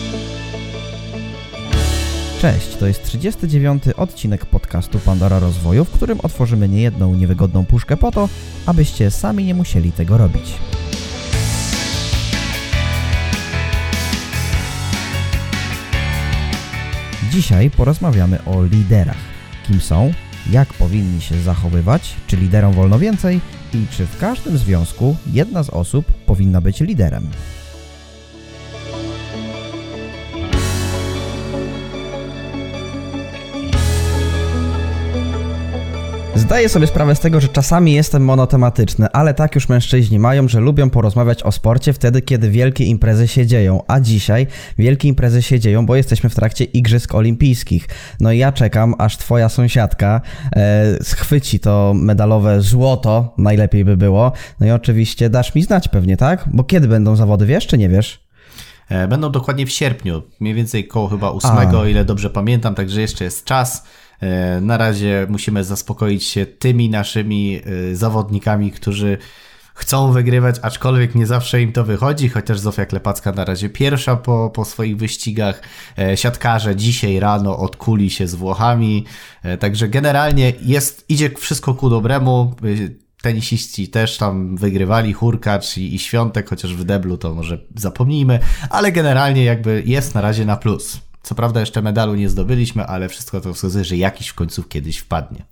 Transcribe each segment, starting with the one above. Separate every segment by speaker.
Speaker 1: Cześć, to jest 39. odcinek podcastu Pandora Rozwoju, w którym otworzymy niejedną niewygodną puszkę po to, abyście sami nie musieli tego robić. Dzisiaj porozmawiamy o liderach. Kim są, jak powinni się zachowywać, czy liderom wolno więcej i czy w każdym związku jedna z osób powinna być liderem. Zdaję sobie sprawę z tego, że czasami jestem monotematyczny, ale tak już mężczyźni mają, że lubią porozmawiać o sporcie wtedy, kiedy wielkie imprezy się dzieją. A dzisiaj wielkie imprezy się dzieją, bo jesteśmy w trakcie Igrzysk Olimpijskich. No i ja czekam, aż twoja sąsiadka schwyci to medalowe złoto, najlepiej by było. No i oczywiście dasz mi znać pewnie, tak? Bo kiedy będą zawody, wiesz czy nie wiesz?
Speaker 2: Będą dokładnie w sierpniu, mniej więcej koło chyba 8, o ile dobrze pamiętam, także jeszcze jest czas. Na razie musimy zaspokoić się tymi naszymi zawodnikami, którzy chcą wygrywać, aczkolwiek nie zawsze im to wychodzi, chociaż Zofia Klepacka na razie pierwsza po swoich wyścigach. Siatkarze dzisiaj rano odkuli się z Włochami, także generalnie idzie wszystko ku dobremu. Tenisiści też tam wygrywali, Hurkacz i Świątek, chociaż w deblu to może zapomnijmy, ale generalnie jakby jest na razie na plus. Co prawda jeszcze medalu nie zdobyliśmy, ale wszystko to wskazuje, że jakiś w końcu kiedyś wpadnie.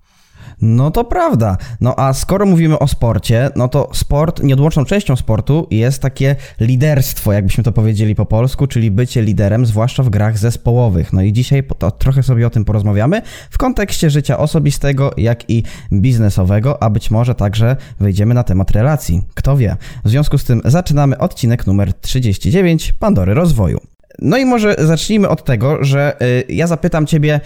Speaker 1: No to prawda. No a skoro mówimy o sporcie, no to sport, nieodłączną częścią sportu jest takie liderstwo, jakbyśmy to powiedzieli po polsku, czyli bycie liderem, zwłaszcza w grach zespołowych. No i dzisiaj trochę sobie o tym porozmawiamy w kontekście życia osobistego, jak i biznesowego, a być może także wejdziemy na temat relacji. Kto wie. W związku z tym zaczynamy odcinek numer 39 Pandory Rozwoju. No i może zacznijmy od tego, że ja zapytam Ciebie,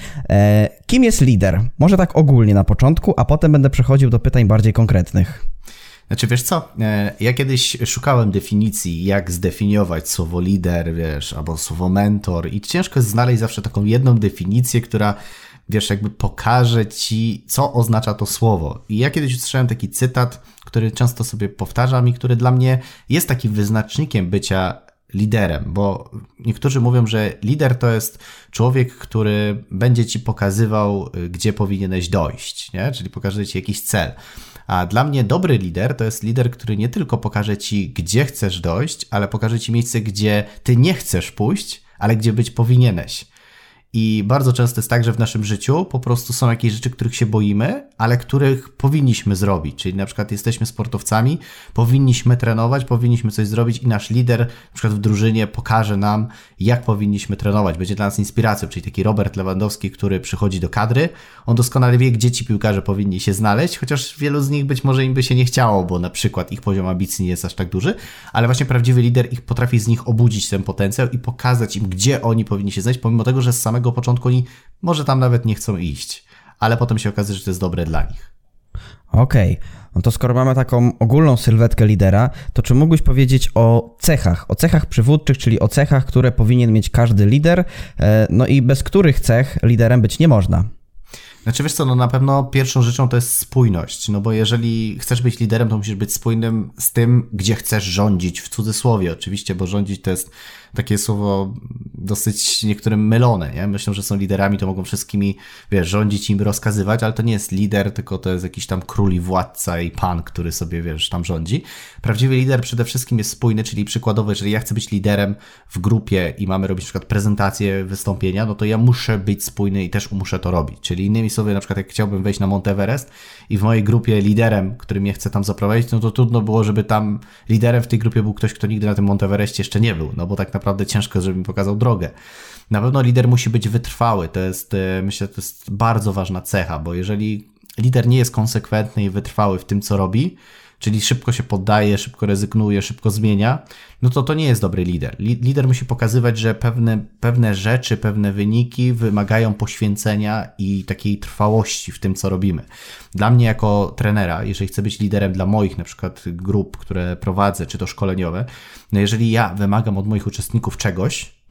Speaker 1: kim jest lider? Może tak ogólnie na początku, a potem będę przechodził do pytań bardziej konkretnych.
Speaker 2: Znaczy wiesz co, ja kiedyś szukałem definicji, jak zdefiniować słowo lider, wiesz, albo słowo mentor i ciężko jest znaleźć zawsze taką jedną definicję, która, wiesz, jakby pokaże Ci, co oznacza to słowo. I ja kiedyś usłyszałem taki cytat, który często sobie powtarzam i który dla mnie jest takim wyznacznikiem bycia liderem, bo niektórzy mówią, że lider to jest człowiek, który będzie Ci pokazywał, gdzie powinieneś dojść, nie? Czyli pokaże Ci jakiś cel. A dla mnie dobry lider to jest lider, który nie tylko pokaże Ci, gdzie chcesz dojść, ale pokaże Ci miejsce, gdzie Ty nie chcesz pójść, ale gdzie być powinieneś. I bardzo często jest tak, że w naszym życiu po prostu są jakieś rzeczy, których się boimy, ale których powinniśmy zrobić. Czyli na przykład jesteśmy sportowcami, powinniśmy trenować, powinniśmy coś zrobić i nasz lider na przykład w drużynie pokaże nam, jak powinniśmy trenować. Będzie dla nas inspiracją, czyli taki Robert Lewandowski, który przychodzi do kadry, on doskonale wie, gdzie ci piłkarze powinni się znaleźć, chociaż wielu z nich być może im by się nie chciało, bo na przykład ich poziom ambicji nie jest aż tak duży, ale właśnie prawdziwy lider potrafi z nich obudzić ten potencjał i pokazać im, gdzie oni powinni się znaleźć, pomimo tego, że z samego początku oni może tam nawet nie chcą iść, ale potem się okazuje, że to jest dobre dla nich.
Speaker 1: Okej. No to skoro mamy taką ogólną sylwetkę lidera, to czy mógłbyś powiedzieć o cechach przywódczych, czyli o cechach, które powinien mieć każdy lider, no i bez których cech liderem być nie można?
Speaker 2: Znaczy wiesz co, no na pewno pierwszą rzeczą to jest spójność, no bo jeżeli chcesz być liderem, to musisz być spójnym z tym, gdzie chcesz rządzić, w cudzysłowie oczywiście, bo rządzić to jest takie słowo dosyć niektórym mylone, nie? Myślą, że są liderami, to mogą wszystkimi, wiesz, rządzić i im rozkazywać, ale to nie jest lider, tylko to jest jakiś tam król i władca i pan, który sobie, wiesz, tam rządzi. Prawdziwy lider przede wszystkim jest spójny, czyli przykładowo, jeżeli ja chcę być liderem w grupie i mamy robić na przykład prezentację, wystąpienia, no to ja muszę być spójny i też muszę to robić. Czyli innymi słowy, na przykład jak chciałbym wejść na Mount Everest i w mojej grupie liderem, który mnie chce tam zaprowadzić, no to trudno było, żeby tam liderem w tej grupie był ktoś, kto nigdy na tym Mount Everestie jeszcze nie był, no bo tak naprawdę ciężko, żeby mi pokazał drogę. Na pewno lider musi być wytrwały, to jest, myślę, to jest bardzo ważna cecha, bo jeżeli lider nie jest konsekwentny i wytrwały w tym, co robi, czyli szybko się poddaje, szybko rezygnuje, szybko zmienia, no to nie jest dobry lider. Lider musi pokazywać, że pewne rzeczy, pewne wyniki wymagają poświęcenia i takiej trwałości w tym, co robimy. Dla mnie jako trenera, jeżeli chcę być liderem dla moich na przykład grup, które prowadzę, czy to szkoleniowe, no jeżeli ja wymagam od moich uczestników czegoś,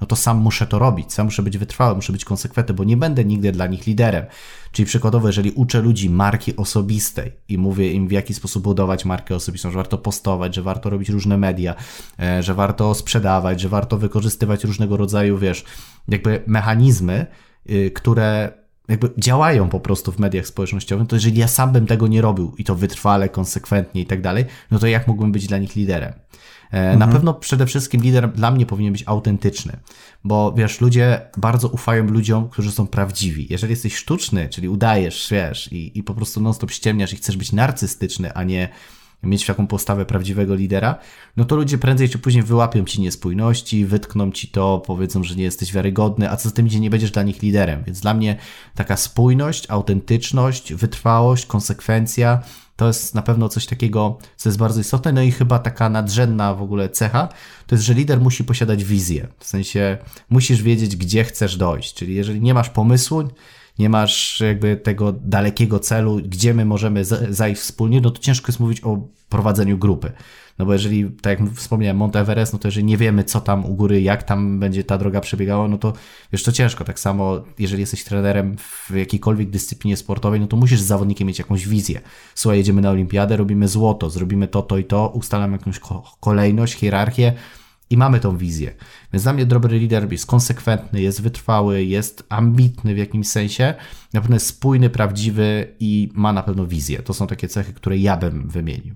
Speaker 2: no to sam muszę to robić, sam muszę być wytrwały, muszę być konsekwentny, bo nie będę nigdy dla nich liderem. Czyli przykładowo, jeżeli uczę ludzi marki osobistej i mówię im, w jaki sposób budować markę osobistą, że warto postować, że warto robić różne media, że warto sprzedawać, że warto wykorzystywać różnego rodzaju, jakby mechanizmy, które jakby działają po prostu w mediach społecznościowych, to jeżeli ja sam bym tego nie robił i to wytrwale, konsekwentnie i tak dalej, no to jak mógłbym być dla nich liderem? Na pewno przede wszystkim lider dla mnie powinien być autentyczny, bo ludzie bardzo ufają ludziom, którzy są prawdziwi. Jeżeli jesteś sztuczny, czyli udajesz, i po prostu non-stop ściemniasz i chcesz być narcystyczny, a nie mieć taką postawę prawdziwego lidera, no to ludzie prędzej czy później wyłapią ci niespójności, wytkną ci to, powiedzą, że nie jesteś wiarygodny, a co z tym idzie, nie będziesz dla nich liderem. Więc dla mnie taka spójność, autentyczność, wytrwałość, konsekwencja to jest na pewno coś takiego, co jest bardzo istotne. No i chyba taka nadrzędna w ogóle cecha, to jest, że lider musi posiadać wizję. W sensie musisz wiedzieć, gdzie chcesz dojść. Czyli jeżeli nie masz pomysłu, nie masz jakby tego dalekiego celu, gdzie my możemy zajść wspólnie, no to ciężko jest mówić o prowadzeniu grupy. No bo jeżeli, tak jak wspomniałem, Mount Everest, no to jeżeli nie wiemy, co tam u góry, jak tam będzie ta droga przebiegała, no to to ciężko. Tak samo, jeżeli jesteś trenerem w jakiejkolwiek dyscyplinie sportowej, no to musisz z zawodnikiem mieć jakąś wizję. Słuchaj, jedziemy na olimpiadę, robimy złoto, zrobimy to i to, ustalamy jakąś kolejność, hierarchię, i mamy tą wizję. Więc dla mnie dobry lider jest konsekwentny, jest wytrwały, jest ambitny w jakimś sensie, na pewno jest spójny, prawdziwy i ma na pewno wizję. To są takie cechy, które ja bym wymienił.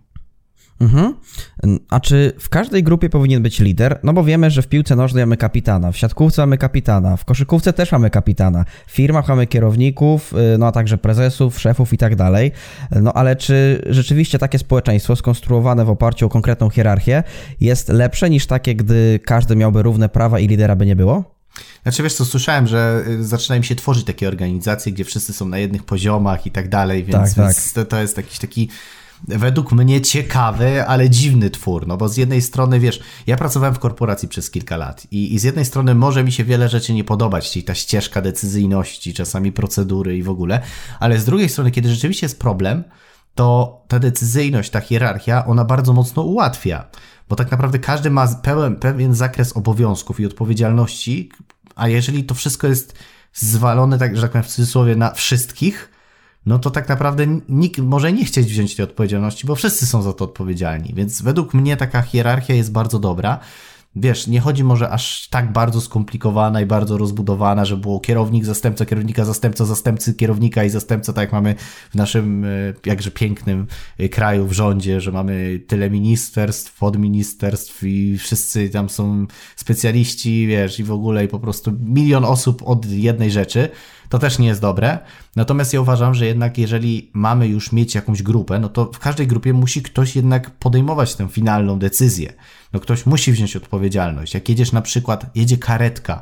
Speaker 1: A czy w każdej grupie powinien być lider? No bo wiemy, że w piłce nożnej mamy kapitana, w siatkówce mamy kapitana, w koszykówce też mamy kapitana, w firmach mamy kierowników, no a także prezesów, szefów i tak dalej. No ale czy rzeczywiście takie społeczeństwo skonstruowane w oparciu o konkretną hierarchię jest lepsze niż takie, gdy każdy miałby równe prawa i lidera by nie było?
Speaker 2: Znaczy słyszałem, że zaczynają się tworzyć takie organizacje, gdzie wszyscy są na jednych poziomach i tak dalej, więc to jest jakiś taki według mnie ciekawy, ale dziwny twór, no bo z jednej strony, ja pracowałem w korporacji przez kilka lat i z jednej strony może mi się wiele rzeczy nie podobać, czyli ta ścieżka decyzyjności, czasami procedury i w ogóle, ale z drugiej strony, kiedy rzeczywiście jest problem, to ta decyzyjność, ta hierarchia, ona bardzo mocno ułatwia, bo tak naprawdę każdy ma pewien zakres obowiązków i odpowiedzialności, a jeżeli to wszystko jest zwalone, tak że tak powiem w cudzysłowie, na wszystkich, no to tak naprawdę nikt może nie chcieć wziąć tej odpowiedzialności, bo wszyscy są za to odpowiedzialni, więc według mnie taka hierarchia jest bardzo dobra. Nie chodzi może aż tak bardzo skomplikowana i bardzo rozbudowana, że było kierownik, zastępca kierownika, zastępca zastępcy kierownika i zastępca, tak jak mamy w naszym jakże pięknym kraju w rządzie, że mamy tyle ministerstw, podministerstw i wszyscy tam są specjaliści, i w ogóle i po prostu milion osób od jednej rzeczy. To też nie jest dobre. Natomiast ja uważam, że jednak jeżeli mamy już mieć jakąś grupę, no to w każdej grupie musi ktoś jednak podejmować tę finalną decyzję. No ktoś musi wziąć odpowiedzialność. Jak jedziesz na przykład, jedzie karetka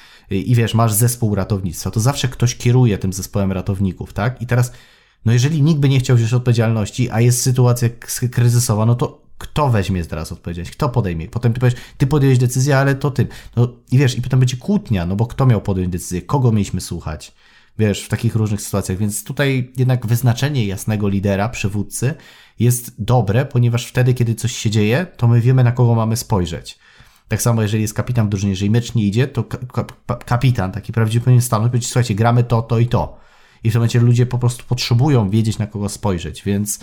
Speaker 2: i masz zespół ratownictwa, to zawsze ktoś kieruje tym zespołem ratowników, tak? I teraz, no jeżeli nikt by nie chciał wziąć odpowiedzialności, a jest sytuacja kryzysowa, no to kto weźmie teraz odpowiedzialność? Kto podejmie? Potem ty powiesz, ty podjąłeś decyzję, ale to ty. No i i potem będzie kłótnia, no bo kto miał podjąć decyzję? Kogo mieliśmy słuchać? W takich różnych sytuacjach. Więc tutaj jednak wyznaczenie jasnego lidera, przywódcy jest dobre, ponieważ wtedy, kiedy coś się dzieje, to my wiemy, na kogo mamy spojrzeć. Tak samo, jeżeli jest kapitan w drużynie, jeżeli mecz nie idzie, to kapitan taki prawdziwy powinien stanąć i powiedzieć, słuchajcie, gramy to i to. I w tym momencie ludzie po prostu potrzebują wiedzieć, na kogo spojrzeć, więc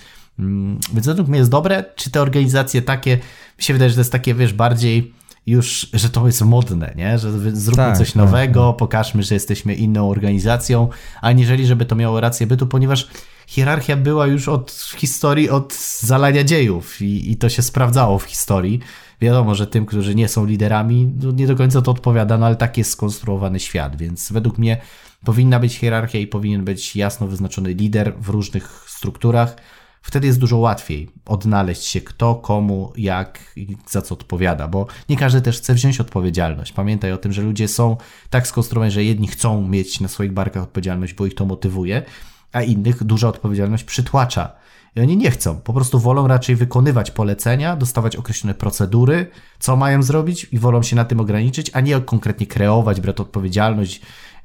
Speaker 2: według mnie jest dobre. Czy te organizacje takie, mi się wydaje, że to jest takie, bardziej już, że to jest modne, nie? Że zróbmy coś nowego, pokażmy, że jesteśmy inną organizacją, aniżeli żeby to miało rację bytu, ponieważ hierarchia była już od historii, od zalania dziejów i to się sprawdzało w historii. Wiadomo, że tym, którzy nie są liderami, nie do końca to odpowiada, no ale tak jest skonstruowany świat, więc według mnie powinna być hierarchia i powinien być jasno wyznaczony lider w różnych strukturach. Wtedy jest dużo łatwiej odnaleźć się kto, komu, jak i za co odpowiada, bo nie każdy też chce wziąć odpowiedzialność. Pamiętaj o tym, że ludzie są tak skonstruowani, że jedni chcą mieć na swoich barkach odpowiedzialność, bo ich to motywuje, a innych duża odpowiedzialność przytłacza. I oni nie chcą, po prostu wolą raczej wykonywać polecenia, dostawać określone procedury, co mają zrobić i wolą się na tym ograniczyć, a nie konkretnie kreować, brać odpowiedzialność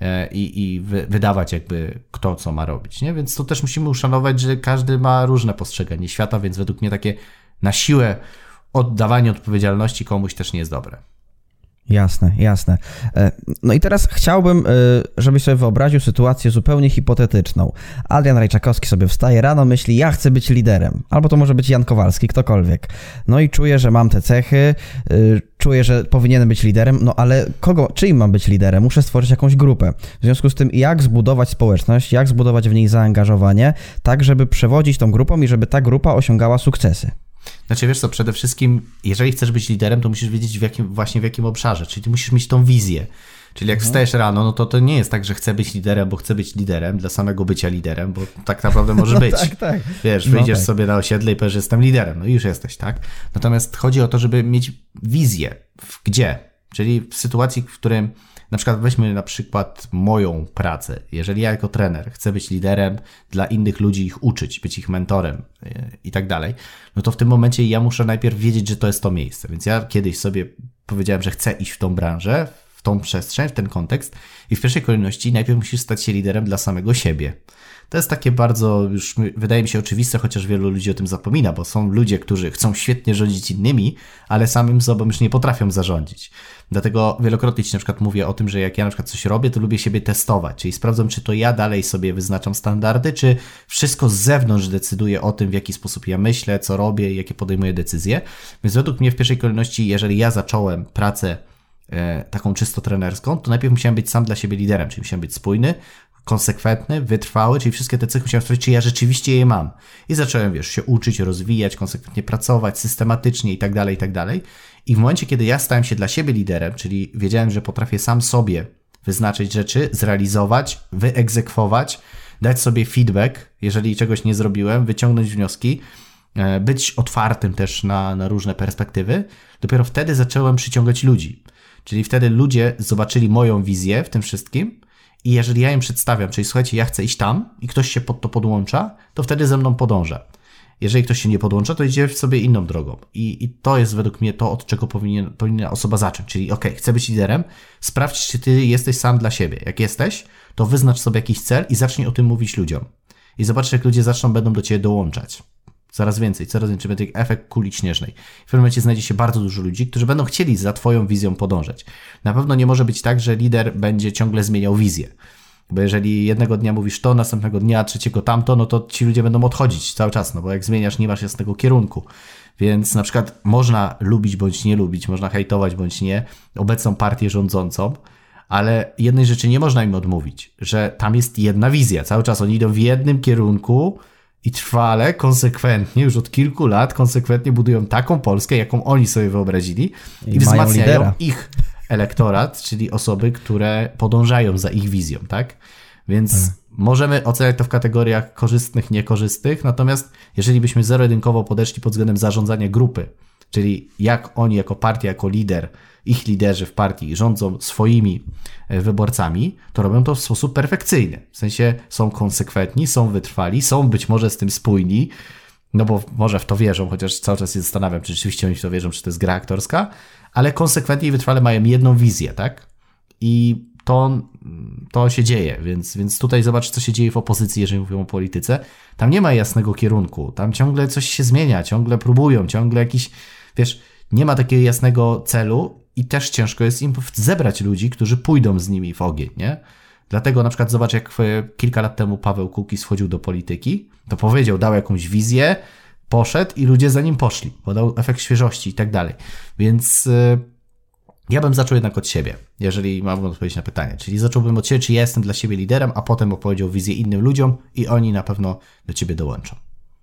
Speaker 2: i wydawać jakby kto co ma robić, nie? Więc to też musimy uszanować, że każdy ma różne postrzeganie świata, więc według mnie takie na siłę oddawanie odpowiedzialności komuś też nie jest dobre.
Speaker 1: Jasne, jasne. No i teraz chciałbym, żebyś sobie wyobraził sytuację zupełnie hipotetyczną. Adrian Rajczakowski sobie wstaje rano, myśli, ja chcę być liderem. Albo to może być Jan Kowalski, ktokolwiek. No i czuję, że mam te cechy, czuję, że powinienem być liderem, no ale czyim mam być liderem? Muszę stworzyć jakąś grupę. W związku z tym, jak zbudować społeczność, jak zbudować w niej zaangażowanie, tak żeby przewodzić tą grupą i żeby ta grupa osiągała sukcesy.
Speaker 2: Znaczy wiesz co, przede wszystkim, jeżeli chcesz być liderem, to musisz wiedzieć w jakim obszarze, czyli ty musisz mieć tą wizję. Czyli jak wstajesz rano, no to nie jest tak, że chcę być liderem, bo chcę być liderem dla samego bycia liderem, bo tak naprawdę może być.
Speaker 1: Tak.
Speaker 2: Wiesz, wyjdziesz sobie na osiedle i powiesz, że jestem liderem, no i już jesteś, tak? Natomiast chodzi o to, żeby mieć wizję. Gdzie? Czyli w sytuacji, w którym na przykład weźmy na przykład moją pracę. Jeżeli ja jako trener chcę być liderem dla innych ludzi, ich uczyć, być ich mentorem i tak dalej, no to w tym momencie ja muszę najpierw wiedzieć, że to jest to miejsce. Więc ja kiedyś sobie powiedziałem, że chcę iść w tą branżę, w tą przestrzeń, w ten kontekst i w pierwszej kolejności najpierw musisz stać się liderem dla samego siebie. To jest takie bardzo, już wydaje mi się oczywiste, chociaż wielu ludzi o tym zapomina, bo są ludzie, którzy chcą świetnie rządzić innymi, ale samym sobą już nie potrafią zarządzić. Dlatego wielokrotnie ci na przykład mówię o tym, że jak ja na przykład coś robię, to lubię siebie testować, czyli sprawdzam, czy to ja dalej sobie wyznaczam standardy, czy wszystko z zewnątrz decyduje o tym, w jaki sposób ja myślę, co robię, jakie podejmuję decyzje. Więc według mnie w pierwszej kolejności, jeżeli ja zacząłem pracę taką czysto trenerską, to najpierw musiałem być sam dla siebie liderem, czyli musiałem być spójny, konsekwentny, wytrwały, czyli wszystkie te cechy musiałem stwierdzić, czy ja rzeczywiście je mam. I zacząłem, się uczyć, rozwijać, konsekwentnie pracować, systematycznie i tak dalej, i tak dalej. I w momencie, kiedy ja stałem się dla siebie liderem, czyli wiedziałem, że potrafię sam sobie wyznaczyć rzeczy, zrealizować, wyegzekwować, dać sobie feedback, jeżeli czegoś nie zrobiłem, wyciągnąć wnioski, być otwartym też na różne perspektywy, dopiero wtedy zacząłem przyciągać ludzi. Czyli wtedy ludzie zobaczyli moją wizję w tym wszystkim i jeżeli ja im przedstawiam, czyli słuchajcie, ja chcę iść tam i ktoś się pod to podłącza, to wtedy ze mną podąża. Jeżeli ktoś się nie podłącza, to idzie sobie inną drogą. I to jest według mnie to, od czego powinna osoba zacząć. Czyli chcę być liderem, sprawdź, czy ty jesteś sam dla siebie. Jak jesteś, to wyznacz sobie jakiś cel i zacznij o tym mówić ludziom. I zobacz, jak ludzie będą do ciebie dołączać. Coraz więcej, będzie efekt kuli śnieżnej. W pewnym momencie znajdzie się bardzo dużo ludzi, którzy będą chcieli za twoją wizją podążać. Na pewno nie może być tak, że lider będzie ciągle zmieniał wizję. Bo jeżeli jednego dnia mówisz to, następnego dnia, trzeciego tamto, no to ci ludzie będą odchodzić cały czas, no bo jak zmieniasz, nie masz jasnego kierunku. Więc na przykład można lubić bądź nie lubić, można hejtować bądź nie obecną partię rządzącą, ale jednej rzeczy nie można im odmówić, że tam jest jedna wizja. Cały czas oni idą w jednym kierunku i trwale, konsekwentnie, już od kilku lat konsekwentnie budują taką Polskę, jaką oni sobie wyobrazili i wzmacniają ich elektorat, czyli osoby, które podążają za ich wizją, tak? Więc możemy oceniać to w kategoriach korzystnych, niekorzystnych, natomiast jeżeli byśmy zero-jedynkowo podeszli pod względem zarządzania grupy, czyli jak oni jako partia, jako lider, ich liderzy w partii rządzą swoimi wyborcami, to robią to w sposób perfekcyjny. W sensie są konsekwentni, są wytrwali, są być może z tym spójni, no bo może w to wierzą, chociaż cały czas się zastanawiam, czy rzeczywiście oni w to wierzą, czy to jest gra aktorska, ale konsekwentnie i wytrwale mają jedną wizję, tak? I to się dzieje, więc tutaj zobacz, co się dzieje w opozycji, jeżeli mówimy o polityce. Tam nie ma jasnego kierunku, tam ciągle coś się zmienia, ciągle próbują, ciągle jakiś, nie ma takiego jasnego celu i też ciężko jest im zebrać ludzi, którzy pójdą z nimi w ogień, nie? Dlatego na przykład zobacz, jak kilka lat temu Paweł Kukiz wchodził do polityki, to powiedział, dał jakąś wizję, poszedł i ludzie za nim poszli, podał efekt świeżości i tak dalej. Więc ja bym zaczął jednak od siebie, jeżeli mam odpowiedzieć na pytanie. Czyli zacząłbym od siebie, czy ja jestem dla siebie liderem, a potem opowiedział wizję innym ludziom i oni na pewno do ciebie dołączą.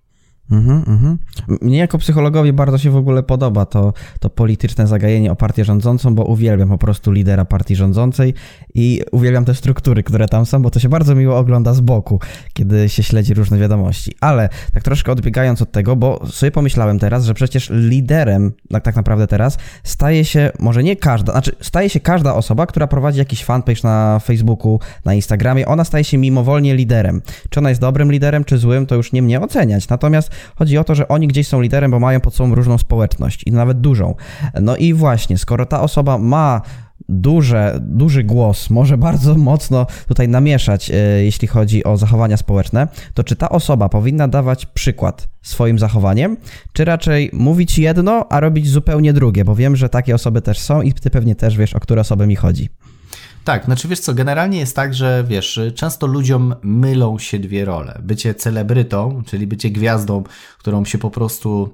Speaker 1: Mnie jako psychologowi bardzo się w ogóle podoba to polityczne zagajenie o partię rządzącą, bo uwielbiam po prostu lidera partii rządzącej i uwielbiam te struktury, które tam są, bo to się bardzo miło ogląda z boku, kiedy się śledzi różne wiadomości. Ale tak troszkę odbiegając od tego, bo sobie pomyślałem teraz, że przecież liderem tak naprawdę teraz staje się, może nie każda, staje się każda osoba, która prowadzi jakiś fanpage na Facebooku, na Instagramie, ona staje się mimowolnie liderem. Czy ona jest dobrym liderem, czy złym, to już nie mnie oceniać. Natomiast chodzi o to, że oni gdzieś są liderem, bo mają pod sobą różną społeczność i nawet dużą. No i właśnie, skoro ta osoba ma duży głos może bardzo mocno tutaj namieszać, jeśli chodzi o zachowania społeczne, to czy ta osoba powinna dawać przykład swoim zachowaniem, czy raczej mówić jedno, a robić zupełnie drugie, bo wiem, że takie osoby też są i ty pewnie też wiesz, o które osoby mi chodzi.
Speaker 2: Tak, znaczy wiesz co, generalnie jest tak, że wiesz, często ludziom mylą się dwie role. Bycie celebrytą, czyli bycie gwiazdą, którą się po prostu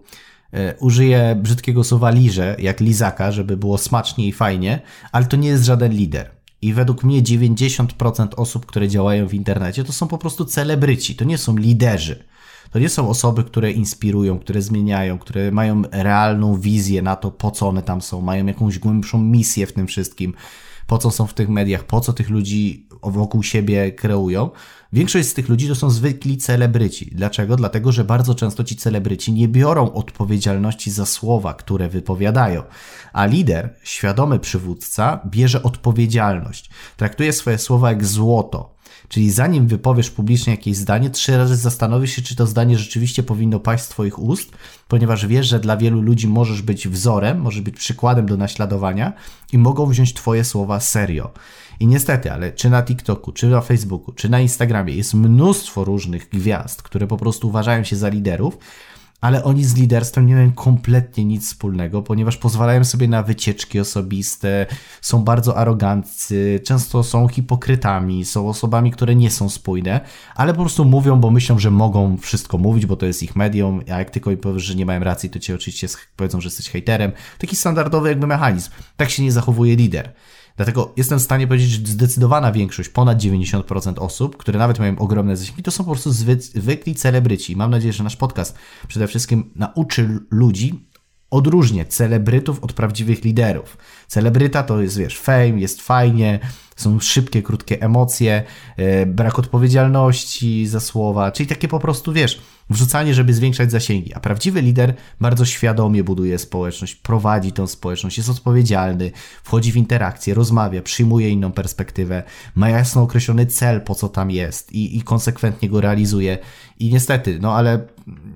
Speaker 2: użyje brzydkiego słowa liże, jak lizaka, żeby było smacznie i fajnie, ale to nie jest żaden lider. I według mnie 90% osób, które działają w internecie, to są po prostu celebryci, to nie są liderzy. To nie są osoby, które inspirują, które zmieniają, które mają realną wizję na to, po co one tam są, mają jakąś głębszą misję w tym wszystkim, po co są w tych mediach, po co tych ludzi wokół siebie kreują. Większość z tych ludzi to są zwykli celebryci. Dlaczego? Dlatego, że bardzo często ci celebryci nie biorą odpowiedzialności za słowa, które wypowiadają. A lider, świadomy przywódca, bierze odpowiedzialność. Traktuje swoje słowa jak złoto. Czyli zanim wypowiesz publicznie jakieś zdanie, 3 razy zastanowisz się, czy to zdanie rzeczywiście powinno paść z twoich ust, ponieważ wiesz, że dla wielu ludzi możesz być wzorem, możesz być przykładem do naśladowania i mogą wziąć twoje słowa serio. I niestety, ale czy na TikToku, czy na Facebooku, czy na Instagramie jest mnóstwo różnych gwiazd, które po prostu uważają się za liderów, ale oni z liderstwem nie mają kompletnie nic wspólnego, ponieważ pozwalają sobie na wycieczki osobiste, są bardzo aroganccy, często są hipokrytami, są osobami, które nie są spójne, ale po prostu mówią, bo myślą, że mogą wszystko mówić, bo to jest ich medium, a jak tylko im powiesz, że nie mają racji, to ci oczywiście powiedzą, że jesteś hejterem. Taki standardowy jakby mechanizm. Tak się nie zachowuje lider. Dlatego jestem w stanie powiedzieć, że zdecydowana większość, ponad 90% osób, które nawet mają ogromne zasięgi, to są po prostu zwykli celebryci. Mam nadzieję, że nasz podcast przede wszystkim nauczy ludzi odróżniać celebrytów od prawdziwych liderów. Celebryta to jest, wiesz, fame, jest fajnie, są szybkie, krótkie emocje, brak odpowiedzialności za słowa, czyli takie po prostu, wiesz, wrzucanie, żeby zwiększać zasięgi. A prawdziwy lider bardzo świadomie buduje społeczność, prowadzi tą społeczność, jest odpowiedzialny, wchodzi w interakcję, rozmawia, przyjmuje inną perspektywę, ma jasno określony cel, po co tam jest i konsekwentnie go realizuje. I niestety, no ale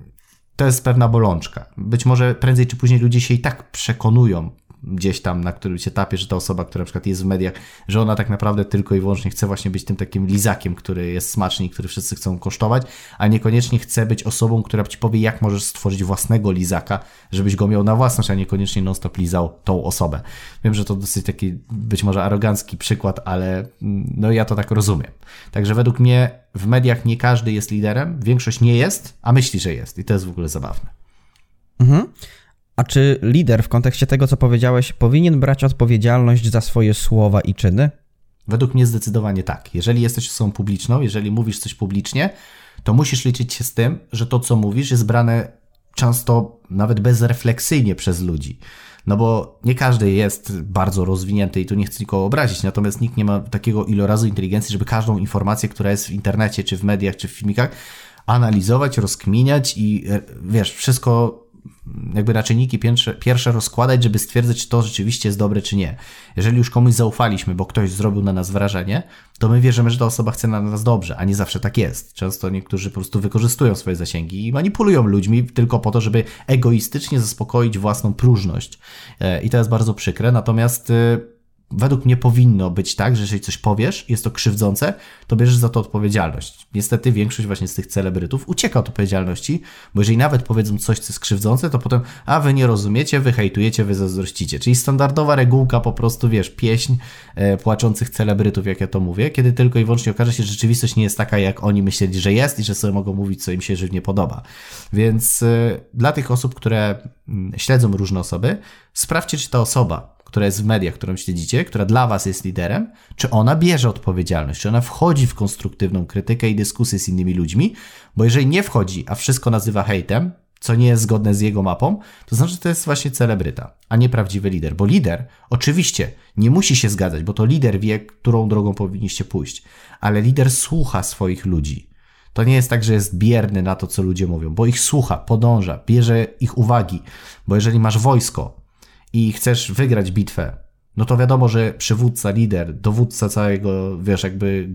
Speaker 2: to jest pewna bolączka. Być może prędzej czy później ludzie się i tak przekonują gdzieś tam na którymś etapie, że ta osoba, która na przykład jest w mediach, że ona tak naprawdę tylko i wyłącznie chce właśnie być tym takim lizakiem, który jest smaczny i który wszyscy chcą kosztować, a niekoniecznie chce być osobą, która ci powie, jak możesz stworzyć własnego lizaka, żebyś go miał na własność, a niekoniecznie non-stop lizał tą osobę. Wiem, że to dosyć taki być może arogancki przykład, ale no ja to tak rozumiem. Także według mnie w mediach nie każdy jest liderem, większość nie jest, a myśli, że jest i to jest w ogóle zabawne.
Speaker 1: Mhm. A czy lider w kontekście tego, co powiedziałeś, powinien brać odpowiedzialność za swoje słowa i czyny?
Speaker 2: Według mnie zdecydowanie tak. Jeżeli jesteś osobą publiczną, jeżeli mówisz coś publicznie, to musisz liczyć się z tym, że to, co mówisz, jest brane często nawet bezrefleksyjnie przez ludzi. No bo nie każdy jest bardzo rozwinięty i tu nie chcę nikogo obrazić, natomiast nikt nie ma takiego ilorazu inteligencji, żeby każdą informację, która jest w internecie, czy w mediach, czy w filmikach, analizować, rozkminiać i wiesz, wszystko jakby na czynniki pierwsze rozkładać, żeby stwierdzić, czy to rzeczywiście jest dobre, czy nie. Jeżeli już komuś zaufaliśmy, bo ktoś zrobił na nas wrażenie, to my wierzymy, że ta osoba chce na nas dobrze, a nie zawsze tak jest. Często niektórzy po prostu wykorzystują swoje zasięgi i manipulują ludźmi tylko po to, żeby egoistycznie zaspokoić własną próżność. I to jest bardzo przykre, natomiast według mnie powinno być tak, że jeżeli coś powiesz, jest to krzywdzące, to bierzesz za to odpowiedzialność. Niestety większość właśnie z tych celebrytów ucieka od odpowiedzialności, bo jeżeli nawet powiedzą coś, co jest krzywdzące, to potem, a wy nie rozumiecie, wy hejtujecie, wy zazdrościcie. Czyli standardowa regułka po prostu, wiesz, pieśń płaczących celebrytów, jak ja to mówię, kiedy tylko i wyłącznie okaże się, że rzeczywistość nie jest taka, jak oni myśleli, że jest i że sobie mogą mówić, co im się żywnie podoba. Więc dla tych osób, które śledzą różne osoby, sprawdźcie, czy ta osoba, która jest w mediach, którą śledzicie, która dla was jest liderem, czy ona bierze odpowiedzialność, czy ona wchodzi w konstruktywną krytykę i dyskusję z innymi ludźmi, bo jeżeli nie wchodzi, a wszystko nazywa hejtem, co nie jest zgodne z jego mapą, to znaczy, że to jest właśnie celebryta, a nie prawdziwy lider. Bo lider oczywiście nie musi się zgadzać, bo to lider wie, którą drogą powinniście pójść, ale lider słucha swoich ludzi. To nie jest tak, że jest bierny na to, co ludzie mówią, bo ich słucha, podąża, bierze ich uwagi, bo jeżeli masz wojsko i chcesz wygrać bitwę, no to wiadomo, że przywódca, lider, dowódca całego, wiesz, jakby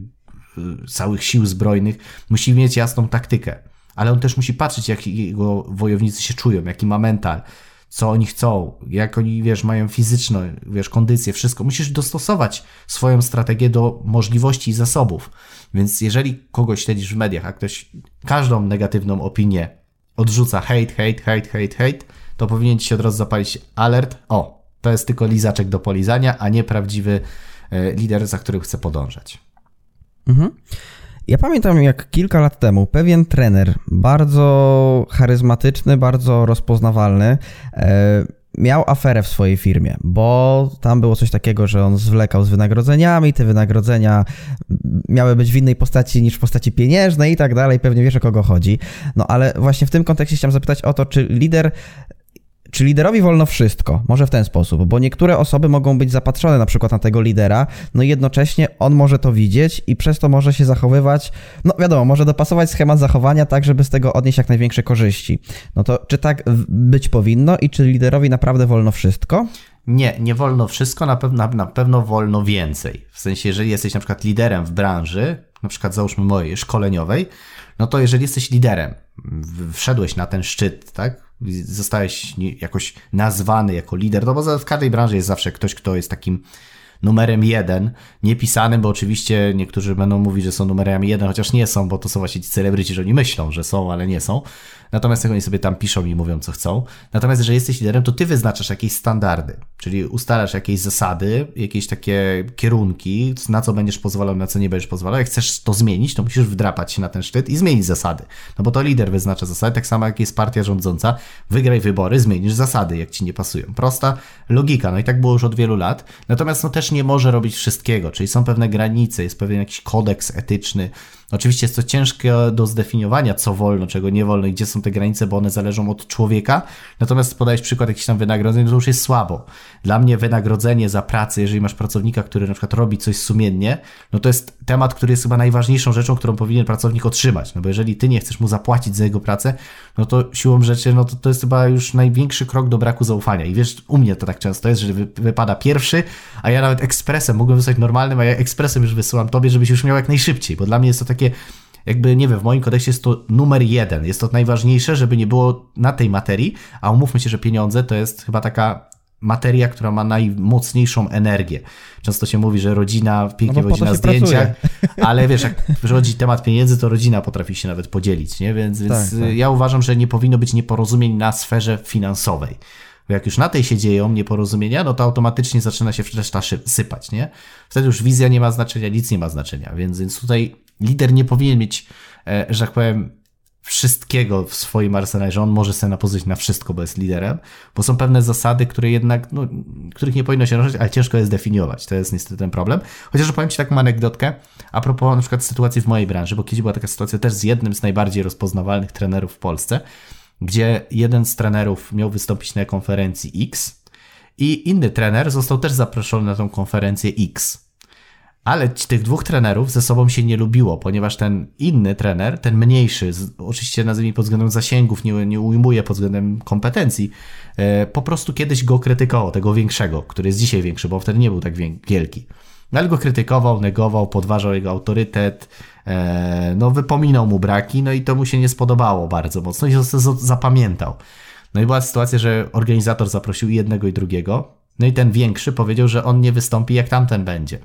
Speaker 2: całych sił zbrojnych musi mieć jasną taktykę, ale on też musi patrzeć, jak jego wojownicy się czują, jaki ma mental, co oni chcą, jak oni, wiesz, mają fizyczną, wiesz, kondycję, wszystko. Musisz dostosować swoją strategię do możliwości i zasobów. Więc jeżeli kogoś śledzisz w mediach, a ktoś każdą negatywną opinię odrzuca hejt, to powinien ci się od razu zapalić alert. O, to jest tylko lizaczek do polizania, a nie prawdziwy lider, za którym chce podążać.
Speaker 1: Mhm. Ja pamiętam, jak kilka lat temu pewien trener, bardzo charyzmatyczny, bardzo rozpoznawalny, miał aferę w swojej firmie, bo tam było coś takiego, że on zwlekał z wynagrodzeniami, te wynagrodzenia miały być w innej postaci niż w postaci pieniężnej i tak dalej, pewnie wiesz, o kogo chodzi. No ale właśnie w tym kontekście chciałem zapytać o to, czy liderowi wolno wszystko? Może w ten sposób, bo niektóre osoby mogą być zapatrzone na przykład na tego lidera, no i jednocześnie on może to widzieć i przez to może się zachowywać, no wiadomo, może dopasować schemat zachowania tak, żeby z tego odnieść jak największe korzyści. No to czy tak być powinno i czy liderowi naprawdę wolno wszystko?
Speaker 2: Nie wolno wszystko, na pewno wolno więcej. W sensie, jeżeli jesteś na przykład liderem w branży, na przykład załóżmy mojej szkoleniowej, no to jeżeli jesteś liderem, wszedłeś na ten szczyt, tak? Zostałeś jakoś nazwany jako lider, no bo w każdej branży jest zawsze ktoś, kto jest takim numerem 1, niepisanym, bo oczywiście niektórzy będą mówić, że są numerami 1, chociaż nie są, bo to są właśnie ci celebryci, że oni myślą, że są, ale nie są. Natomiast jak oni sobie tam piszą i mówią, co chcą. Natomiast jeżeli jesteś liderem, to ty wyznaczasz jakieś standardy, czyli ustalasz jakieś zasady, jakieś takie kierunki, na co będziesz pozwalał, na co nie będziesz pozwalał. Jak chcesz to zmienić, to musisz wdrapać się na ten szczyt i zmienić zasady. No bo to lider wyznacza zasady, tak samo jak jest partia rządząca. Wygraj wybory, zmienisz zasady, jak ci nie pasują. Prosta logika, no i tak było już od wielu lat. Natomiast no też nie może robić wszystkiego, czyli są pewne granice, jest pewien jakiś kodeks etyczny. Oczywiście jest to ciężkie do zdefiniowania, co wolno, czego nie wolno i gdzie są te granice, bo one zależą od człowieka. Natomiast podajesz przykład jakichś tam wynagrodzeń, to już jest słabo. Dla mnie wynagrodzenie za pracę, jeżeli masz pracownika, który na przykład robi coś sumiennie, no to jest temat, który jest chyba najważniejszą rzeczą, którą powinien pracownik otrzymać. No bo jeżeli ty nie chcesz mu zapłacić za jego pracę, no to siłą rzeczy, no to jest chyba już największy krok do braku zaufania. I wiesz, u mnie to tak często jest, że wypada pierwszy, a ja nawet ekspresem mogłem wysłać normalnym, a ja ekspresem już wysyłam tobie, żebyś już miał jak najszybciej, bo dla mnie jest to takie jakby, nie wiem, w moim kodeksie jest to numer 1. Jest to najważniejsze, żeby nie było na tej materii, a umówmy się, że pieniądze to jest chyba taka materia, która ma najmocniejszą energię. Często się mówi, że rodzina pięknie wchodzi na zdjęciach, ale wiesz, jak przychodzi temat pieniędzy, to rodzina potrafi się nawet podzielić, nie? Więc
Speaker 1: tak.
Speaker 2: Ja uważam, że nie powinno być nieporozumień na sferze finansowej. Bo jak już na tej się dzieją nieporozumienia, no to automatycznie zaczyna się reszta sypać, nie? Wtedy już wizja nie ma znaczenia, nic nie ma znaczenia, więc tutaj lider nie powinien mieć, że tak powiem, wszystkiego w swoim arsenale, że on może sobie napozwolić na wszystko, bo jest liderem, bo są pewne zasady, które jednak, no, których nie powinno się naruszyć, ale ciężko jest definiować. To jest niestety ten problem. Chociaż powiem ci taką anegdotkę a propos na przykład sytuacji w mojej branży, bo kiedyś była taka sytuacja też z jednym z najbardziej rozpoznawalnych trenerów w Polsce, gdzie jeden z trenerów miał wystąpić na konferencji X i inny trener został też zaproszony na tą konferencję X. Ale tych dwóch trenerów ze sobą się nie lubiło, ponieważ ten inny trener, ten mniejszy, oczywiście nazwijmy pod względem zasięgów, nie ujmuje pod względem kompetencji, po prostu kiedyś go krytykował, tego większego, który jest dzisiaj większy, bo wtedy nie był tak wielki. Ale go krytykował, negował, podważał jego autorytet, no wypominał mu braki, no i to mu się nie spodobało bardzo mocno i się zapamiętał. No i była sytuacja, że organizator zaprosił jednego i drugiego, no i ten większy powiedział, że on nie wystąpi jak tamten będzie.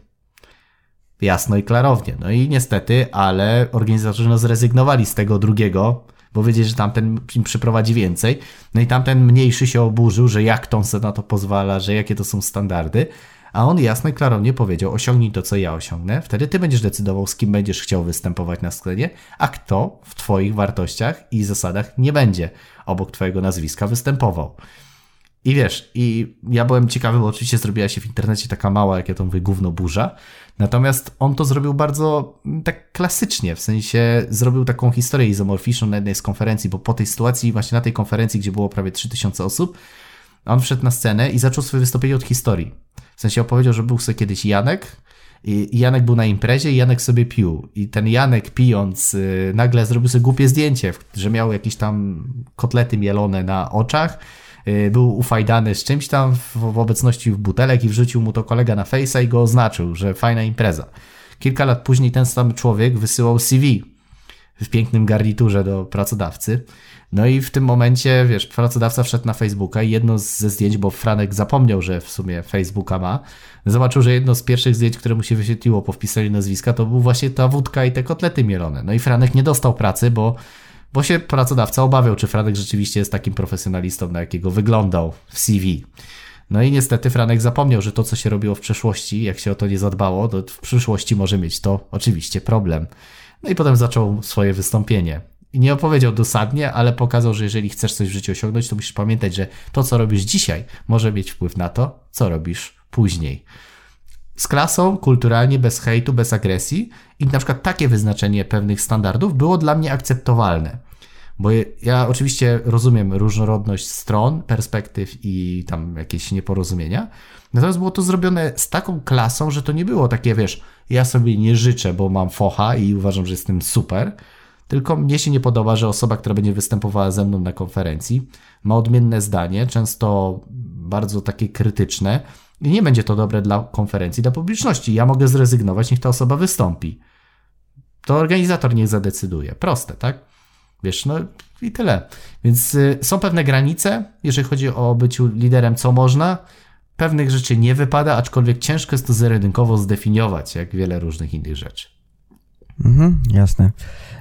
Speaker 2: Jasno i klarownie. No i niestety, ale organizatorzy zrezygnowali z tego drugiego, bo wiedzieli, że tamten im przyprowadzi więcej. No i tamten mniejszy się oburzył, że jak to on sobie na to pozwala, że jakie to są standardy. A on jasno i klarownie powiedział, osiągnij to, co ja osiągnę, wtedy ty będziesz decydował, z kim będziesz chciał występować na scenie, a kto w twoich wartościach i zasadach nie będzie obok twojego nazwiska występował. I wiesz, i ja byłem ciekawy, bo oczywiście zrobiła się w internecie taka mała, jak ja to mówię, gówno burza. Natomiast on to zrobił bardzo tak klasycznie, w sensie zrobił taką historię izomorficzną na jednej z konferencji, bo po tej sytuacji, właśnie na tej konferencji, gdzie było prawie 3000 osób, on wszedł na scenę i zaczął swoje wystąpienie od historii. W sensie opowiedział, że był sobie kiedyś Janek i Janek był na imprezie i Janek sobie pił. I ten Janek pijąc nagle zrobił sobie głupie zdjęcie, że miał jakieś tam kotlety mielone na oczach, był ufajdany z czymś tam w obecności butelek i wrzucił mu to kolega na Face'a i go oznaczył, że fajna impreza. Kilka lat później ten sam człowiek wysyłał CV w pięknym garniturze do pracodawcy. No i w tym momencie, wiesz, pracodawca wszedł na Facebooka i jedno ze zdjęć, bo Franek zapomniał, że w sumie Facebooka ma, zobaczył, że jedno z pierwszych zdjęć, które mu się wyświetliło po wpisaniu nazwiska, to był właśnie ta wódka i te kotlety mielone. No i Franek nie dostał pracy, bo się pracodawca obawiał, czy Franek rzeczywiście jest takim profesjonalistą, na jakiego wyglądał w CV. No i niestety Franek zapomniał, że to, co się robiło w przeszłości, jak się o to nie zadbało, to w przyszłości może mieć to oczywiście problem. No i potem zaczął swoje wystąpienie. I nie opowiedział dosadnie, ale pokazał, że jeżeli chcesz coś w życiu osiągnąć, to musisz pamiętać, że to, co robisz dzisiaj, może mieć wpływ na to, co robisz później. Z klasą, kulturalnie, bez hejtu, bez agresji i na przykład takie wyznaczenie pewnych standardów było dla mnie akceptowalne. Bo ja oczywiście rozumiem różnorodność stron, perspektyw i tam jakieś nieporozumienia, natomiast było to zrobione z taką klasą, że to nie było takie, wiesz, ja sobie nie życzę, bo mam focha i uważam, że jestem super, tylko mnie się nie podoba, że osoba, która będzie występowała ze mną na konferencji, ma odmienne zdanie, często bardzo takie krytyczne i nie będzie to dobre dla konferencji, dla publiczności. Ja mogę zrezygnować, niech ta osoba wystąpi. To organizator niech zadecyduje. Proste, tak? Wiesz, no i tyle. Więc są pewne granice, jeżeli chodzi o byciu liderem, co można. Pewnych rzeczy nie wypada, aczkolwiek ciężko jest to zero-jedynkowo zdefiniować, jak wiele różnych innych rzeczy.
Speaker 1: Jasne.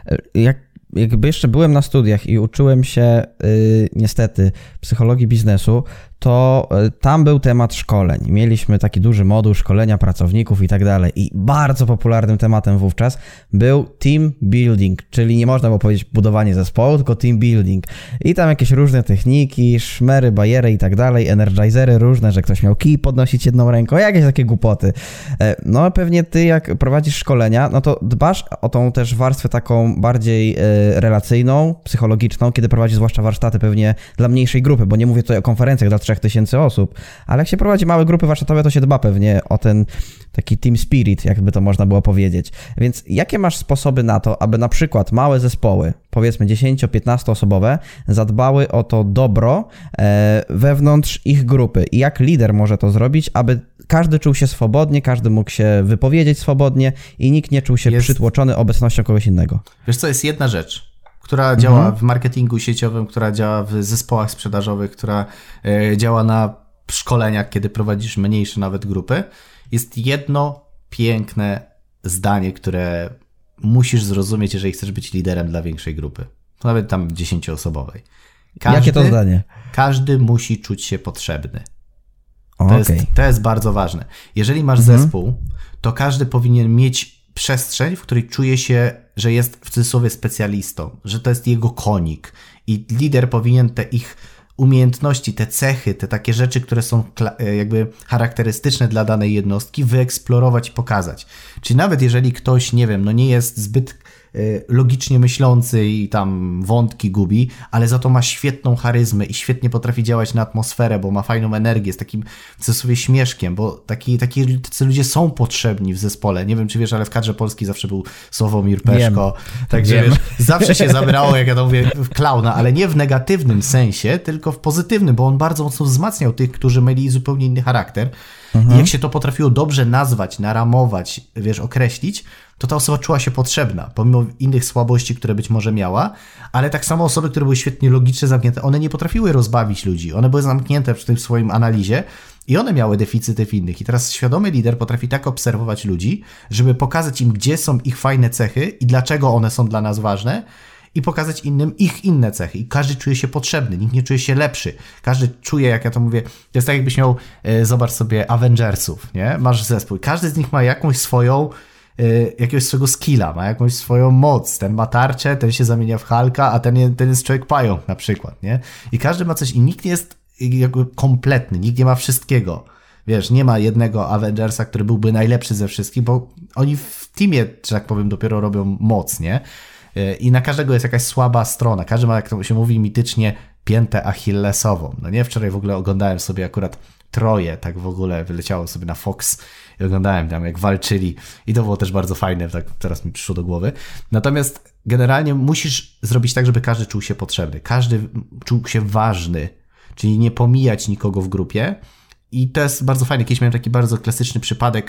Speaker 1: Jakby jeszcze byłem na studiach i uczyłem się niestety psychologii biznesu, to tam był temat szkoleń. Mieliśmy taki duży moduł szkolenia pracowników i tak dalej. I bardzo popularnym tematem wówczas był team building, czyli nie można było powiedzieć budowanie zespołu, tylko team building. I tam jakieś różne techniki, szmery, bajery i tak dalej, energizery różne, że ktoś miał kij podnosić jedną ręką, jakieś takie głupoty. No pewnie ty jak prowadzisz szkolenia, no to dbasz o tą też warstwę taką bardziej relacyjną, psychologiczną, kiedy prowadzisz zwłaszcza warsztaty pewnie dla mniejszej grupy, bo nie mówię tutaj o konferencjach dla 3000 osób, ale jak się prowadzi małe grupy warsztatowe, to się dba pewnie o ten taki team spirit, jakby to można było powiedzieć. Więc jakie masz sposoby na to, aby na przykład małe zespoły, powiedzmy 10-15 osobowe, zadbały o to dobro wewnątrz ich grupy i jak lider może to zrobić, aby każdy czuł się swobodnie, każdy mógł się wypowiedzieć swobodnie i nikt nie czuł się przytłoczony obecnością kogoś innego.
Speaker 2: Wiesz co, jest jedna rzecz, która działa w marketingu sieciowym, która działa w zespołach sprzedażowych, która działa na szkoleniach, kiedy prowadzisz mniejsze nawet grupy. Jest jedno piękne zdanie, które musisz zrozumieć, jeżeli chcesz być liderem dla większej grupy. Nawet tam 10-osobowej.
Speaker 1: Jakie to zdanie?
Speaker 2: Każdy musi czuć się potrzebny.
Speaker 1: Okay.
Speaker 2: To jest bardzo ważne. Jeżeli masz zespół, to każdy powinien mieć przestrzeń, w której czuje się, że jest w cudzysłowie specjalistą, że to jest jego konik i lider powinien te ich umiejętności, te cechy, te takie rzeczy, które są jakby charakterystyczne dla danej jednostki, wyeksplorować i pokazać. Czyli nawet jeżeli ktoś, nie wiem, no nie jest zbyt logicznie myślący i tam wątki gubi, ale za to ma świetną charyzmę i świetnie potrafi działać na atmosferę, bo ma fajną energię, z takim w cudzysłowie śmieszkiem, tacy ludzie są potrzebni w zespole. Nie wiem, czy wiesz, ale w kadrze polskiej zawsze był Sławomir Peszko. Także wiesz, zawsze się zabierało, jak ja to mówię, w klauna, ale nie w negatywnym sensie, tylko w pozytywnym, bo on bardzo mocno wzmacniał tych, którzy mieli zupełnie inny charakter. I jak się to potrafiło dobrze nazwać, naramować, wiesz, określić, to ta osoba czuła się potrzebna, pomimo innych słabości, które być może miała, ale tak samo osoby, które były świetnie logicznie zamknięte, one nie potrafiły rozbawić ludzi, one były zamknięte przy tym swoim analizie i one miały deficyty w innych. I teraz świadomy lider potrafi tak obserwować ludzi, żeby pokazać im, gdzie są ich fajne cechy i dlaczego one są dla nas ważne, i pokazać innym ich inne cechy. I każdy czuje się potrzebny, nikt nie czuje się lepszy. Każdy czuje, jak ja to mówię, to jest tak jakbyś miał, zobacz sobie, Avengersów, nie? Masz zespół. Każdy z nich ma jakąś swoją, jakiegoś swojego skilla, ma jakąś swoją moc. Ten ma tarczę, ten się zamienia w Hulka, a ten jest człowiek pająk na przykład, nie? I każdy ma coś i nikt nie jest jakby kompletny, nikt nie ma wszystkiego. Wiesz, nie ma jednego Avengersa, który byłby najlepszy ze wszystkich, bo oni w teamie, że tak powiem, dopiero robią moc, nie? I na każdego jest jakaś słaba strona. Każdy ma, jak to się mówi mitycznie, piętę achillesową. No nie, wczoraj w ogóle oglądałem sobie akurat Troję, tak w ogóle wyleciało sobie na Fox i oglądałem tam, jak walczyli i to było też bardzo fajne, tak teraz mi przyszło do głowy. Natomiast generalnie musisz zrobić tak, żeby każdy czuł się potrzebny, każdy czuł się ważny, czyli nie pomijać nikogo w grupie i to jest bardzo fajne. Kiedyś miałem taki bardzo klasyczny przypadek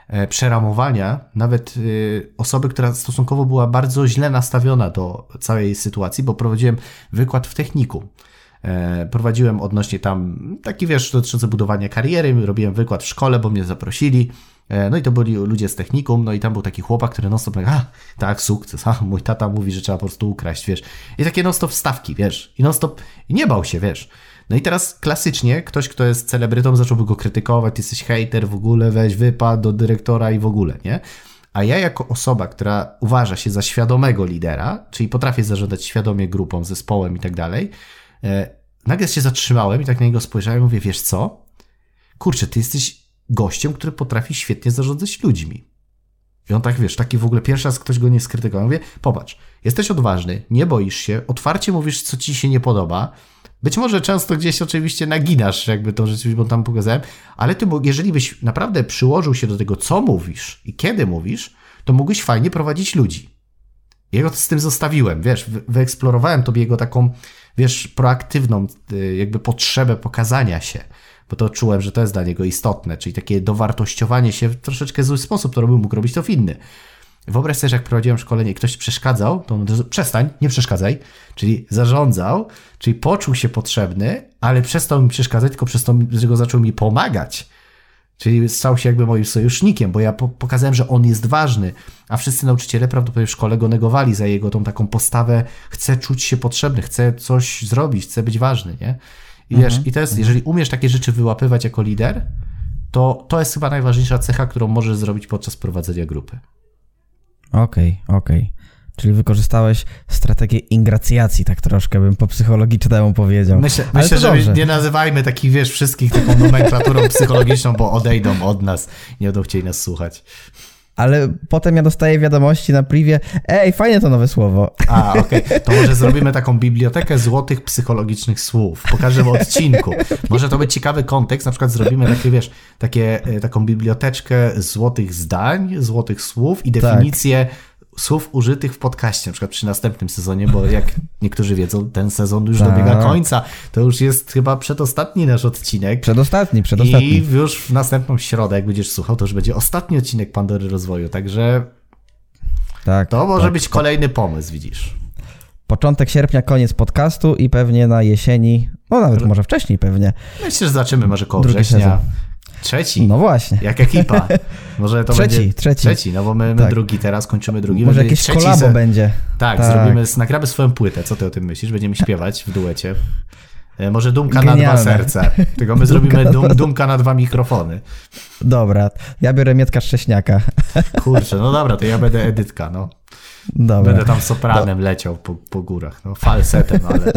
Speaker 2: przeramowania nawet osoby, która stosunkowo była bardzo źle nastawiona do całej sytuacji, bo prowadziłem wykład w technikum. Prowadziłem odnośnie tam taki, dotyczący budowania kariery, robiłem wykład w szkole, bo mnie zaprosili. No i to byli ludzie z technikum, no i tam był taki chłopak, który non-stop tak, sukces, mój tata mówi, że trzeba po prostu ukraść, I takie non-stop wstawki, i non-stop, i nie bał się, No i teraz klasycznie ktoś, kto jest celebrytą, zacząłby go krytykować, ty jesteś hejter, w ogóle weź wypad do dyrektora i w ogóle, nie? A ja jako osoba, która uważa się za świadomego lidera, czyli potrafię zarządzać świadomie grupą, zespołem i tak dalej, nagle się zatrzymałem i tak na niego spojrzałem i mówię, wiesz co? Kurczę, ty jesteś gościem, który potrafi świetnie zarządzać ludźmi. I on tak, taki w ogóle pierwszy raz ktoś go nie skrytykował. Mówię, popatrz, jesteś odważny, nie boisz się, otwarcie mówisz, co ci się nie podoba. Być może często gdzieś oczywiście naginasz jakby tą rzeczywistość, bo tam pokazałem, ale ty, jeżeli byś naprawdę przyłożył się do tego, co mówisz i kiedy mówisz, to mógłbyś fajnie prowadzić ludzi. Ja go z tym zostawiłem, wyeksplorowałem tobie jego taką, proaktywną jakby potrzebę pokazania się, bo to czułem, że to jest dla niego istotne, czyli takie dowartościowanie się w troszeczkę zły sposób, to mógł robić to w inny. Wyobraź sobie, że jak prowadziłem szkolenie i ktoś przeszkadzał, to on przestań, nie przeszkadzaj, czyli zarządzał, czyli poczuł się potrzebny, ale przestał mi przeszkadzać, tylko przez to, że go zaczął mi pomagać. Czyli stał się jakby moim sojusznikiem, bo ja pokazałem, że on jest ważny, a wszyscy nauczyciele prawdopodobnie w szkole go negowali za jego tą taką postawę, chce czuć się potrzebny, chce coś zrobić, chce być ważny, nie? I i to jest, jeżeli umiesz takie rzeczy wyłapywać jako lider, to jest chyba najważniejsza cecha, którą możesz zrobić podczas prowadzenia grupy.
Speaker 1: Okej. Czyli wykorzystałeś strategię ingracjacji, tak troszkę bym po psychologicznemu powiedział.
Speaker 2: Myślę, że nie nazywajmy takich, wszystkich taką nomenklaturą psychologiczną, bo odejdą od nas, nie będą chcieli nas słuchać.
Speaker 1: Ale potem ja dostaję wiadomości na privie, fajne to nowe słowo.
Speaker 2: Okej. To może zrobimy taką bibliotekę złotych psychologicznych słów po każdym odcinku. Może to być ciekawy kontekst, na przykład zrobimy takie, taką biblioteczkę złotych zdań, złotych słów i definicje słów użytych w podcaście, na przykład przy następnym sezonie, bo jak niektórzy wiedzą, ten sezon już dobiega końca. To już jest chyba przedostatni nasz odcinek. Przedostatni. I już w następną środę, jak będziesz słuchał, to już będzie ostatni odcinek Pandory Rozwoju, także to może być kolejny pomysł, widzisz.
Speaker 1: Początek sierpnia, koniec podcastu i pewnie na jesieni, nawet może wcześniej pewnie.
Speaker 2: Myślę, że zaczniemy może koło września. Sezon. Trzeci.
Speaker 1: No właśnie.
Speaker 2: Jak ekipa. Może to będzie
Speaker 1: trzeci,
Speaker 2: no bo my drugi teraz, kończymy drugi.
Speaker 1: Może jakieś kolabo będzie.
Speaker 2: Tak, nagramy swoją płytę. Co ty o tym myślisz? Będziemy śpiewać w duecie. Może dumka
Speaker 1: Genialne.
Speaker 2: Na 2 serca. Tylko my zrobimy dumka na 2 mikrofony.
Speaker 1: Dobra, ja biorę Mietka Szcześniaka.
Speaker 2: Kurczę, no dobra, to ja będę Edytka, no.
Speaker 1: Dobra.
Speaker 2: Będę tam sopranem leciał po górach, falsetem, ale...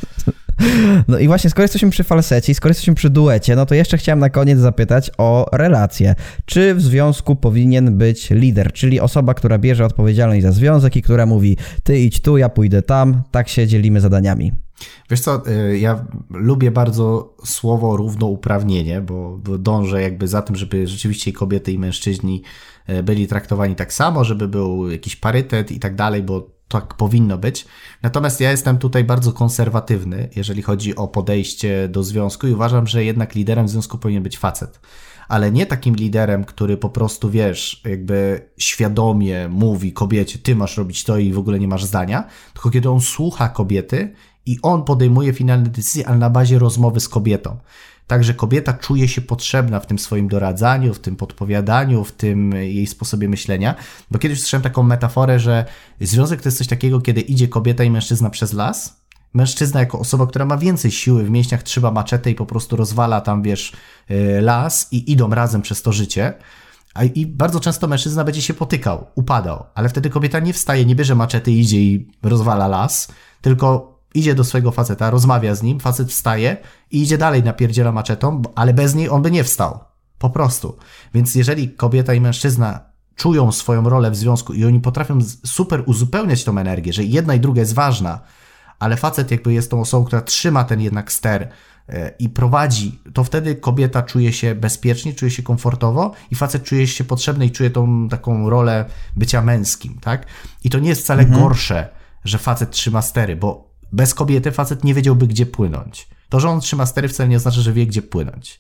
Speaker 1: No i właśnie, skoro jesteśmy przy falsecie i skoro jesteśmy przy duecie, no to jeszcze chciałem na koniec zapytać o relacje. Czy w związku powinien być lider, czyli osoba, która bierze odpowiedzialność za związek i która mówi, ty idź tu, ja pójdę tam, tak się dzielimy zadaniami?
Speaker 2: Wiesz co, ja lubię bardzo słowo równouprawnienie, bo dążę jakby za tym, żeby rzeczywiście i kobiety i mężczyźni byli traktowani tak samo, żeby był jakiś parytet i tak dalej, bo tak powinno być. Natomiast ja jestem tutaj bardzo konserwatywny, jeżeli chodzi o podejście do związku i uważam, że jednak liderem związku powinien być facet. Ale nie takim liderem, który po prostu, jakby świadomie mówi kobiecie, ty masz robić to i w ogóle nie masz zdania, tylko kiedy on słucha kobiety i on podejmuje finalne decyzje, ale na bazie rozmowy z kobietą. Także kobieta czuje się potrzebna w tym swoim doradzaniu, w tym podpowiadaniu, w tym jej sposobie myślenia. Bo kiedyś słyszałem taką metaforę, że związek to jest coś takiego, kiedy idzie kobieta i mężczyzna przez las. Mężczyzna jako osoba, która ma więcej siły w mięśniach, trzyma maczetę i po prostu rozwala tam, las i idą razem przez to życie. I bardzo często mężczyzna będzie się potykał, upadał, ale wtedy kobieta nie wstaje, nie bierze maczety, idzie i rozwala las, tylko idzie do swojego faceta, rozmawia z nim, facet wstaje i idzie dalej, napierdziela maczetą, ale bez niej on by nie wstał. Po prostu. Więc jeżeli kobieta i mężczyzna czują swoją rolę w związku i oni potrafią super uzupełniać tą energię, że jedna i druga jest ważna, ale facet jakby jest tą osobą, która trzyma ten jednak ster i prowadzi, to wtedy kobieta czuje się bezpiecznie, czuje się komfortowo i facet czuje się potrzebny i czuje tą taką rolę bycia męskim, tak? I to nie jest wcale gorsze, że facet trzyma stery, bo bez kobiety facet nie wiedziałby, gdzie płynąć. To, że on trzyma stery, wcale nie oznacza, że wie, gdzie płynąć.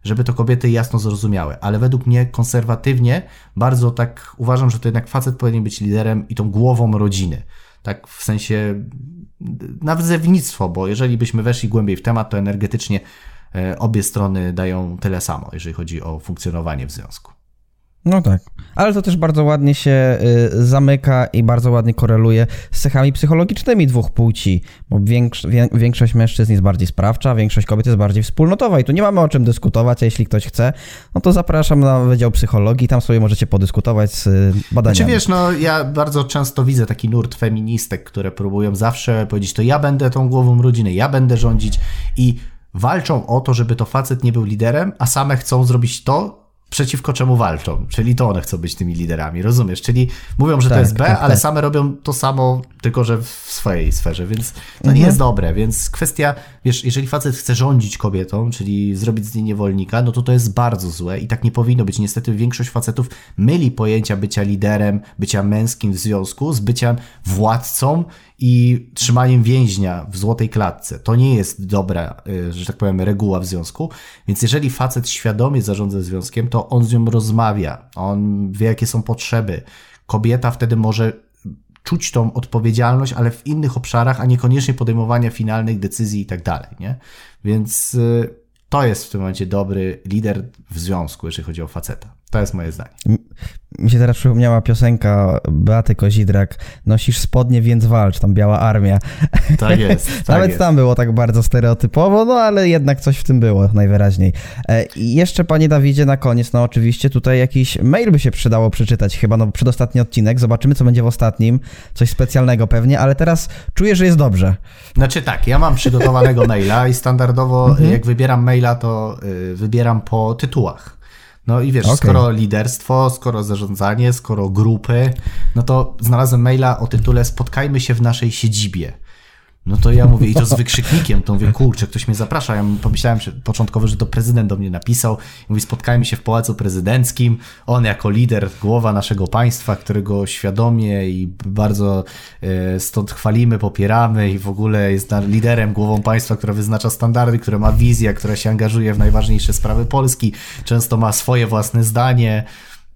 Speaker 2: żeby to kobiety jasno zrozumiały, ale według mnie konserwatywnie bardzo tak uważam, że to jednak facet powinien być liderem i tą głową rodziny. Tak w sensie nawzewnictwo, bo jeżeli byśmy weszli głębiej w temat, to energetycznie obie strony dają tyle samo, jeżeli chodzi o funkcjonowanie w związku.
Speaker 1: No tak, ale to też bardzo ładnie się zamyka i bardzo ładnie koreluje z cechami psychologicznymi dwóch płci, bo większość mężczyzn jest bardziej sprawcza, większość kobiet jest bardziej wspólnotowa i tu nie mamy o czym dyskutować, a jeśli ktoś chce, no to zapraszam na Wydział Psychologii, tam sobie możecie podyskutować z badaniami.
Speaker 2: Znaczy wiesz, no ja bardzo często widzę taki nurt feministek, które próbują zawsze powiedzieć, to ja będę tą głową rodziny, ja będę rządzić i walczą o to, żeby to facet nie był liderem, a same chcą zrobić to, przeciwko czemu walczą, czyli to one chcą być tymi liderami, rozumiesz? Czyli mówią, że to jest B, ale same robią to samo, tylko że w swojej sferze, więc to nie jest dobre, więc kwestia, wiesz, jeżeli facet chce rządzić kobietą, czyli zrobić z niej niewolnika, no to jest bardzo złe i tak nie powinno być. Niestety większość facetów myli pojęcia bycia liderem, bycia męskim w związku z byciem władcą i trzymaniem więźnia w złotej klatce. To nie jest dobra, że tak powiem, reguła w związku, więc jeżeli facet świadomie zarządza związkiem, to on z nią rozmawia, on wie, jakie są potrzeby. Kobieta wtedy może czuć tą odpowiedzialność, ale w innych obszarach, a niekoniecznie podejmowania finalnych decyzji i tak dalej, nie? Więc to jest w tym momencie dobry lider w związku, jeżeli chodzi o faceta. To jest moje zdanie.
Speaker 1: Mi się teraz przypomniała piosenka Beaty Kozidrak, nosisz spodnie, więc walcz, tam Biała Armia.
Speaker 2: Tak jest.
Speaker 1: Nawet tam było tak bardzo stereotypowo, no ale jednak coś w tym było najwyraźniej. I jeszcze, panie Dawidzie, na koniec, no oczywiście tutaj jakiś mail by się przydało przeczytać, chyba no przedostatni odcinek, zobaczymy, co będzie w ostatnim, coś specjalnego pewnie, ale teraz czuję, że jest dobrze.
Speaker 2: Znaczy tak, ja mam przygotowanego maila i standardowo jak wybieram maila, to wybieram po tytułach. No i wiesz, skoro liderstwo, skoro zarządzanie, skoro grupy, no to znalazłem maila o tytule Spotkajmy się w naszej siedzibie. No to ja mówię, i to z wykrzyknikiem, to mówię, kurczę, ktoś mnie zaprasza. Ja pomyślałem początkowo, że to prezydent do mnie napisał. Mówi, spotkajmy się w Pałacu Prezydenckim. On jako lider, głowa naszego państwa, którego świadomie i bardzo stąd chwalimy, popieramy i w ogóle jest liderem, głową państwa, która wyznacza standardy, która ma wizję, która się angażuje w najważniejsze sprawy Polski. Często ma swoje własne zdanie.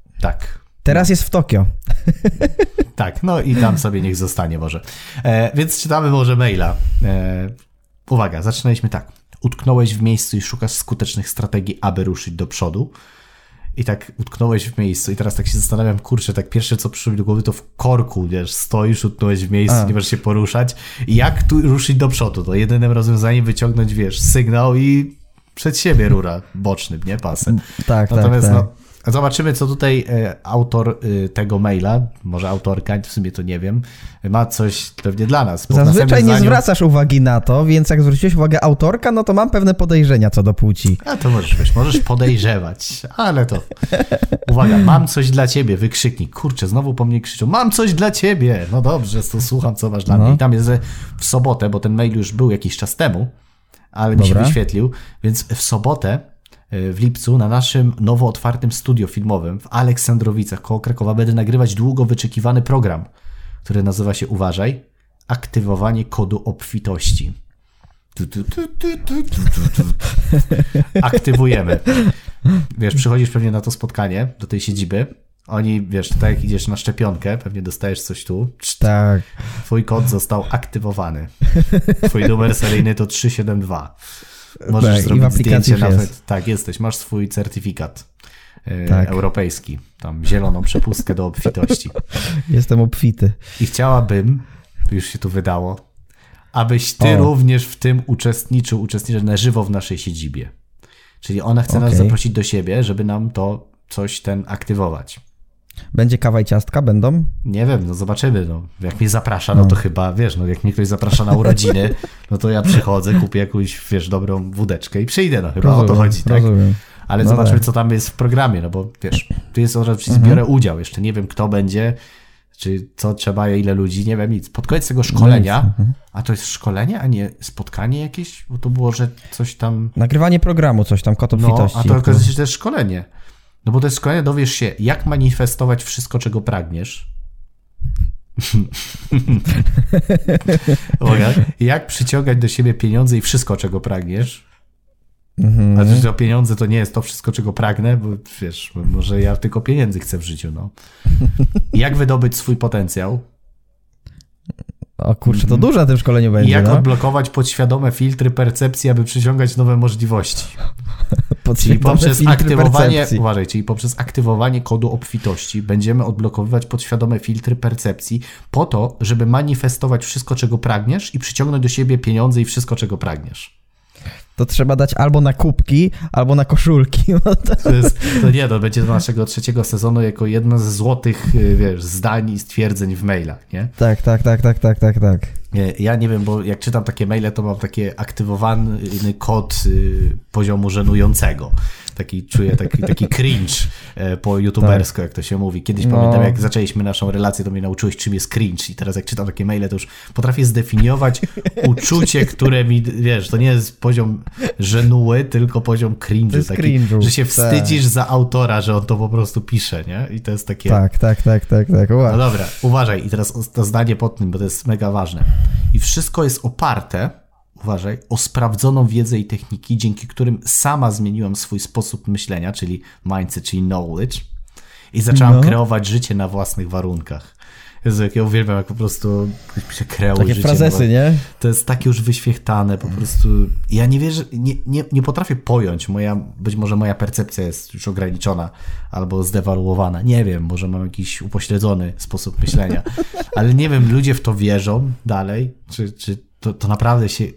Speaker 2: Tak.
Speaker 1: Teraz jest w Tokio.
Speaker 2: Tak, no i tam sobie niech zostanie może. Więc czytamy może maila. Uwaga, zaczynaliśmy tak. Utknąłeś w miejscu i szukasz skutecznych strategii, aby ruszyć do przodu. I tak utknąłeś w miejscu i teraz tak się zastanawiam, kurczę, tak pierwsze co przyszło mi do głowy to w korku, wiesz, stoisz, utknąłeś w miejscu, nie możesz się poruszać. I jak tu ruszyć do przodu? To jedynym rozwiązaniem wyciągnąć, wiesz, sygnał i przed siebie rura bocznym, nie? Pasem.
Speaker 1: Tak,
Speaker 2: natomiast
Speaker 1: tak.
Speaker 2: No, zobaczymy, co tutaj autor tego maila, może autorka, w sumie to nie wiem, ma coś pewnie dla nas.
Speaker 1: Zazwyczaj nie zwracasz uwagi na to, więc jak zwróciłeś uwagę autorka, no to mam pewne podejrzenia co do płci.
Speaker 2: A to możesz podejrzewać, ale to... Uwaga, mam coś dla ciebie, wykrzyknik. Kurczę, znowu po mnie krzyczą, mam coś dla ciebie. No dobrze, to słucham, co masz dla mnie. I tam jest w sobotę, bo ten mail już był jakiś czas temu, ale mi się wyświetlił, więc w sobotę w lipcu na naszym nowo otwartym studio filmowym w Aleksandrowicach koło Krakowa będę nagrywać długo wyczekiwany program, który nazywa się, uważaj, aktywowanie kodu obfitości. Aktywujemy. Wiesz, przychodzisz pewnie na to spotkanie, do tej siedziby, oni, wiesz, tak jak idziesz na szczepionkę, pewnie dostajesz coś tu.
Speaker 1: Tak.
Speaker 2: Twój kod został aktywowany. Twój numer seryjny to 372. Możesz zrobić zdjęcie nawet. Tak, masz swój certyfikat europejski. Tam zieloną przepustkę do obfitości.
Speaker 1: Jestem obfity.
Speaker 2: I chciałabym, już się tu wydało, abyś ty również w tym uczestniczył na żywo w naszej siedzibie. Czyli ona chce nas zaprosić do siebie, żeby nam to coś aktywować.
Speaker 1: Będzie kawa i ciastka? Będą?
Speaker 2: Nie wiem, no zobaczymy. No. Jak mnie zaprasza, no to chyba, wiesz, no jak mnie ktoś zaprasza na urodziny, no to ja przychodzę, kupię jakąś, wiesz, dobrą wódeczkę i przyjdę, no chyba o to chodzi, tak? Ale no zobaczmy, co tam jest w programie, no bo wiesz, tu jest od razu, biorę udział, jeszcze nie wiem, kto będzie, czy co trzeba, ile ludzi, nie wiem nic. Pod koniec tego szkolenia, a to jest szkolenie, a nie spotkanie jakieś? Bo to było, że coś tam...
Speaker 1: Nagrywanie programu, coś tam, kod obfitości.
Speaker 2: No, a to okazuje się, że to jest szkolenie. No bo to jest szkolenie, dowiesz się, jak manifestować wszystko, czego pragniesz. Jak przyciągać do siebie pieniądze i wszystko, czego pragniesz. Ale że pieniądze to nie jest to wszystko, czego pragnę, bo wiesz, może ja tylko pieniędzy chcę w życiu, no. Jak wydobyć swój potencjał?
Speaker 1: O kurczę, to dużo na tym szkoleniu będzie.
Speaker 2: I jak
Speaker 1: no.
Speaker 2: odblokować podświadome filtry percepcji, aby przyciągać nowe możliwości? Czyli
Speaker 1: Podświadome
Speaker 2: poprzez
Speaker 1: filtry
Speaker 2: aktywowanie,
Speaker 1: percepcji.
Speaker 2: uważaj, czyli poprzez aktywowanie kodu obfitości będziemy odblokowywać podświadome filtry percepcji po to, żeby manifestować wszystko, czego pragniesz i przyciągnąć do siebie pieniądze i wszystko, czego pragniesz.
Speaker 1: To trzeba dać albo na kubki, albo na koszulki.
Speaker 2: To będzie do naszego 3. sezonu jako jedno ze złotych, wiesz, zdań i stwierdzeń w mailach, nie?
Speaker 1: Tak.
Speaker 2: Ja nie wiem, bo jak czytam takie maile, to mam taki aktywowany kod poziomu żenującego. Czuję taki cringe po youtubersko, jak to się mówi. Kiedyś pamiętam, jak zaczęliśmy naszą relację, to mnie nauczyłeś, czym jest cringe. I teraz jak czytam takie maile, to już potrafię zdefiniować uczucie, które mi, wiesz, to nie jest poziom żenuły, tylko poziom cringe'u. Że się wstydzisz za autora, że on to po prostu pisze, nie? I to jest takie...
Speaker 1: Tak.
Speaker 2: No dobra, uważaj. I teraz to zdanie pod tym, bo to jest mega ważne. I wszystko jest oparte, uważaj, o sprawdzoną wiedzę i techniki, dzięki którym sama zmieniłem swój sposób myślenia, czyli mindset, czyli knowledge i zacząłem kreować życie na własnych warunkach. Jezu, jak ja uwielbiam, jak po prostu się kreuje
Speaker 1: takie
Speaker 2: życie.
Speaker 1: frazesy, nie?
Speaker 2: To jest takie już wyświechtane, po prostu. Ja nie wierzę, nie potrafię pojąć. Być może moja percepcja jest już ograniczona albo zdewaluowana. Nie wiem, może mam jakiś upośledzony sposób myślenia. Ale nie wiem, ludzie w to wierzą dalej, czy to naprawdę się...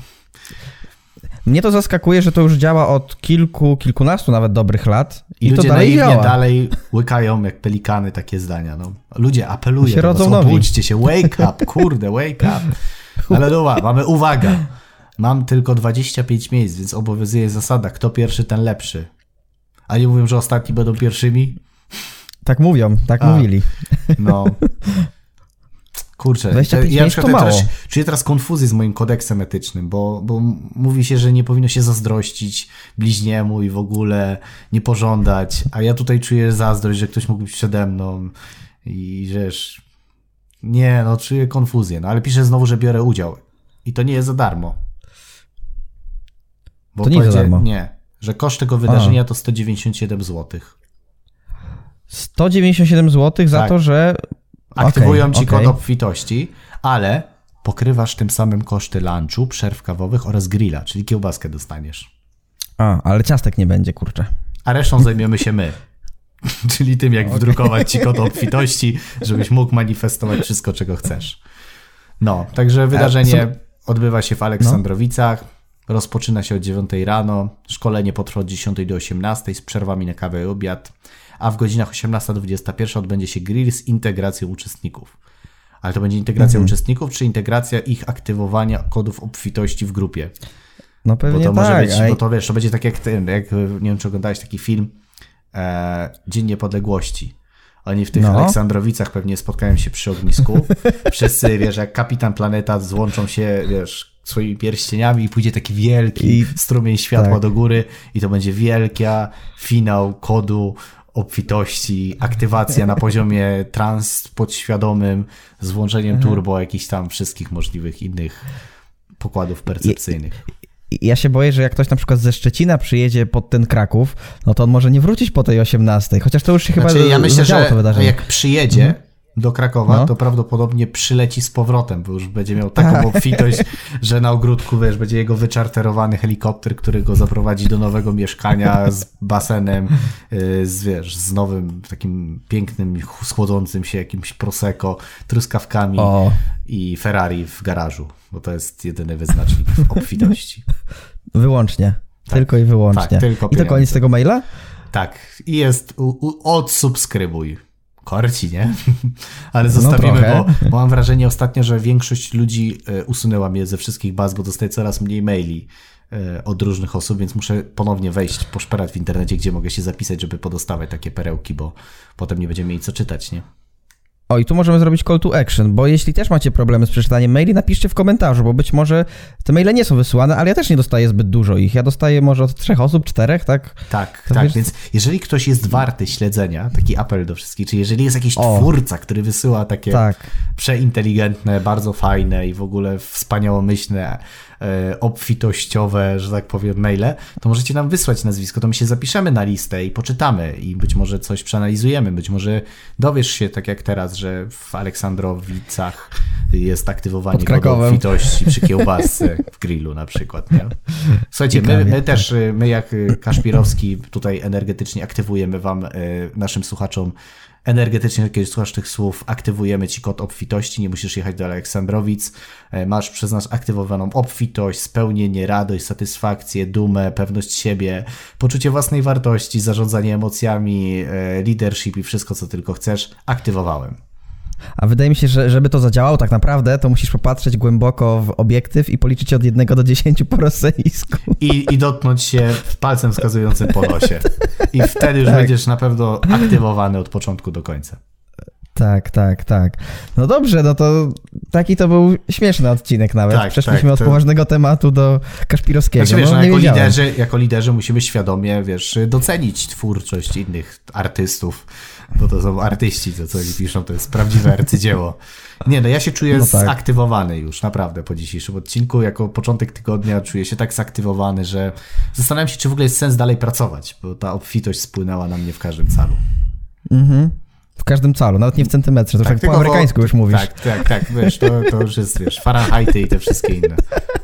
Speaker 1: Mnie to zaskakuje, że to już działa od kilkunastu nawet dobrych lat i
Speaker 2: ludzie
Speaker 1: to dalej
Speaker 2: naiwnie
Speaker 1: działa.
Speaker 2: dalej łykają jak pelikany takie zdania. No. Ludzie, apeluję
Speaker 1: się
Speaker 2: do was,
Speaker 1: rodzą nowi.
Speaker 2: obudźcie się, wake up, kurde, wake up. Ale dobra, mamy uwaga. Mam tylko 25 miejsc, więc obowiązuje zasada, kto pierwszy, ten lepszy. A nie mówią, że ostatni będą pierwszymi?
Speaker 1: Tak mówią, mówili.
Speaker 2: No. Kurczę,
Speaker 1: 25
Speaker 2: ja
Speaker 1: miejsc to mało.
Speaker 2: czuję teraz konfuzję z moim kodeksem etycznym, bo mówi się, że nie powinno się zazdrościć bliźniemu i w ogóle nie pożądać, a ja tutaj czuję zazdrość, że ktoś mógł być przede mną i żeż... Nie, no czuję konfuzję, no ale piszę znowu, że biorę udział i to nie jest za darmo. Bo
Speaker 1: to nie jest za darmo.
Speaker 2: Nie, że koszt tego wydarzenia to 197 zł.
Speaker 1: 197 zł za
Speaker 2: Tak.
Speaker 1: to, że...
Speaker 2: Aktywują ci kod obfitości, ale pokrywasz tym samym koszty lunchu, przerw kawowych oraz grilla, czyli kiełbaskę dostaniesz.
Speaker 1: Ale ciastek nie będzie, kurczę.
Speaker 2: A resztą zajmiemy się my. Czyli tym, jak wdrukować ci kod obfitości, żebyś mógł manifestować wszystko, czego chcesz. No, także wydarzenie odbywa się w Aleksandrowicach, rozpoczyna się o 9 rano, szkolenie potrwa od 10 do 18 z przerwami na kawę i obiad, a w godzinach 18 do 21 odbędzie się grill z integracją uczestników. Ale to będzie integracja uczestników, czy integracja ich aktywowania kodów obfitości w grupie?
Speaker 1: No pewnie
Speaker 2: bo to
Speaker 1: tak.
Speaker 2: może być, bo to wiesz, to będzie tak jak nie wiem, czy oglądałeś taki film Dzień Niepodległości. Oni w tych Aleksandrowicach pewnie spotkają się przy ognisku. Wszyscy, wiesz, jak Kapitan Planeta złączą się, wiesz, swoimi pierścieniami i pójdzie taki wielki strumień światła do góry i to będzie wielka finał kodu obfitości, aktywacja na poziomie trans podświadomym z włączeniem turbo jakichś tam wszystkich możliwych innych pokładów percepcyjnych.
Speaker 1: Ja się boję, że jak ktoś na przykład ze Szczecina przyjedzie pod ten Kraków, no to on może nie wrócić po tej 18, chociaż to już się chyba
Speaker 2: ja myślę, że
Speaker 1: to wydarzenie.
Speaker 2: jak przyjedzie do Krakowa, to prawdopodobnie przyleci z powrotem, bo już będzie miał taką obfitość, że na ogródku, wiesz, będzie jego wyczarterowany helikopter, który go zaprowadzi do nowego mieszkania z basenem, z nowym, takim pięknym, schłodzącym się jakimś prosecco, truskawkami i Ferrari w garażu, bo to jest jedyny wyznacznik obfitości.
Speaker 1: Wyłącznie. Tak. Tylko i wyłącznie.
Speaker 2: Tak, tylko
Speaker 1: I to koniec tego maila?
Speaker 2: Tak. I jest odsubskrybuj. Korci, nie? Ale zostawimy, bo mam wrażenie ostatnio, że większość ludzi usunęła mnie ze wszystkich baz, bo dostaję coraz mniej maili od różnych osób, więc muszę ponownie wejść, poszperać w internecie, gdzie mogę się zapisać, żeby podostawać takie perełki, bo potem nie będziemy mieli co czytać, nie?
Speaker 1: I tu możemy zrobić call to action, bo jeśli też macie problemy z przeczytaniem maili, napiszcie w komentarzu, bo być może te maile nie są wysyłane, ale ja też nie dostaję zbyt dużo ich. Ja dostaję może od 3 osób, 4, tak?
Speaker 2: Tak, więc jeżeli ktoś jest warty śledzenia, taki apel do wszystkich, czy jeżeli jest jakiś twórca, który wysyła takie przeinteligentne, bardzo fajne i w ogóle wspaniałomyślne obfitościowe, że tak powiem, maile, to możecie nam wysłać nazwisko, to my się zapiszemy na listę i poczytamy i być może coś przeanalizujemy, być może dowiesz się, tak jak teraz, że w Aleksandrowicach jest aktywowanie kodu obfitości przy kiełbasce w grillu na przykład, nie? Słuchajcie, my też, my jak Kaszpirowski tutaj energetycznie aktywujemy wam, naszym słuchaczom, energetycznie, kiedy słuchasz tych słów, aktywujemy ci kod obfitości, nie musisz jechać do Aleksandrowic, masz przez nas aktywowaną obfitość, spełnienie, radość, satysfakcję, dumę, pewność siebie, poczucie własnej wartości, zarządzanie emocjami, leadership i wszystko, co tylko chcesz, aktywowałem.
Speaker 1: A wydaje mi się, że żeby to zadziałało tak naprawdę, to musisz popatrzeć głęboko w obiektyw i policzyć od 1 do 10 po rozsyjsku.
Speaker 2: I dotknąć się palcem wskazującym po nosie. I wtedy już będziesz na pewno aktywowany od początku do końca.
Speaker 1: Tak. No dobrze, no to taki to był śmieszny odcinek nawet. Przeszliśmy od poważnego tematu do Kaszpirowskiego.
Speaker 2: Znaczy, wiesz, jako liderzy musimy świadomie, docenić twórczość innych artystów, bo to są artyści, co oni piszą, to jest prawdziwe arcydzieło. Nie, no ja się czuję zaktywowany już, naprawdę, po dzisiejszym odcinku. Jako początek tygodnia czuję się tak zaktywowany, że zastanawiam się, czy w ogóle jest sens dalej pracować, bo ta obfitość spłynęła na mnie w każdym calu.
Speaker 1: W każdym calu, nawet nie w centymetrze, to tak po amerykańsku już mówisz.
Speaker 2: Tak, wiesz, to już jest, Fahrenheity i te wszystkie inne.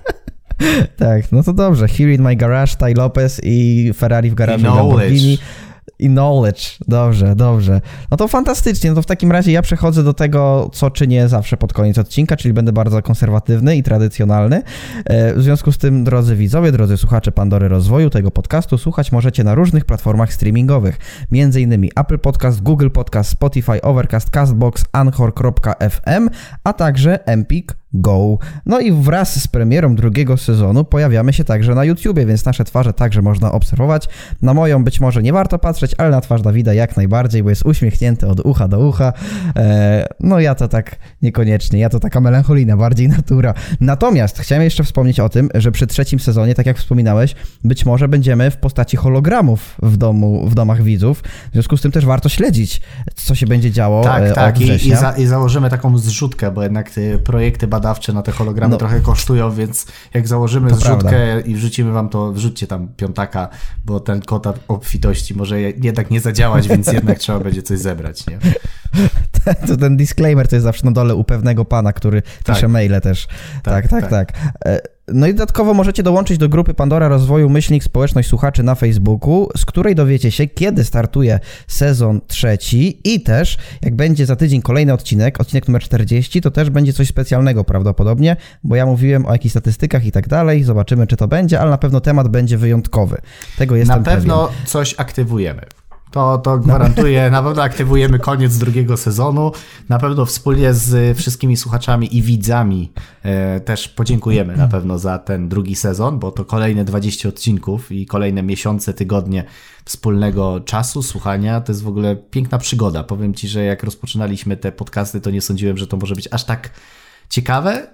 Speaker 1: Tak, no to dobrze. Here in my garage, Ty Lopez i Ferrari w garażu Lamborghini. I knowledge. Dobrze. No to fantastycznie. No to w takim razie ja przechodzę do tego, co czynię zawsze pod koniec odcinka, czyli będę bardzo konserwatywny i tradycjonalny. W związku z tym, drodzy widzowie, drodzy słuchacze Pandory Rozwoju, tego podcastu słuchać możecie na różnych platformach streamingowych. Między innymi Apple Podcast, Google Podcast, Spotify, Overcast, Castbox, Anchor.fm, a także Empik Go. No i wraz z premierą drugiego sezonu pojawiamy się także na YouTubie, więc nasze twarze także można obserwować. Na moją być może nie warto patrzeć, ale na twarz Dawida jak najbardziej, bo jest uśmiechnięty od ucha do ucha. No ja to tak niekoniecznie, ja to taka melancholina, bardziej natura. Natomiast chciałem jeszcze wspomnieć o tym, że przy trzecim sezonie, tak jak wspominałeś, być może będziemy w postaci hologramów w domach widzów. W związku z tym też warto śledzić, co się będzie działo od września.
Speaker 2: I założymy taką zrzutkę, bo jednak te projekty badawcze na te hologramy trochę kosztują, więc jak założymy zrzutkę i wrzucimy wam to, wrzućcie tam piątaka, bo ten kod obfitości może jednak nie zadziałać, więc jednak trzeba będzie coś zebrać, nie?
Speaker 1: To ten disclaimer to jest zawsze na dole u pewnego pana, który pisze maile też. Tak. No i dodatkowo możecie dołączyć do grupy Pandora Rozwoju Społeczność Słuchaczy na Facebooku, z której dowiecie się, kiedy startuje sezon 3 i też, jak będzie za tydzień kolejny odcinek numer 40, to też będzie coś specjalnego prawdopodobnie, bo ja mówiłem o jakichś statystykach i tak dalej, zobaczymy, czy to będzie, ale na pewno temat będzie wyjątkowy. Tego jestem pewien.
Speaker 2: Na pewno coś aktywujemy. To gwarantuję, na pewno aktywujemy koniec drugiego sezonu, na pewno wspólnie z wszystkimi słuchaczami i widzami też podziękujemy na pewno za ten drugi sezon, bo to kolejne 20 odcinków i kolejne miesiące, tygodnie wspólnego czasu, słuchania, to jest w ogóle piękna przygoda. Powiem Ci, że jak rozpoczynaliśmy te podcasty, to nie sądziłem, że to może być aż tak ciekawe,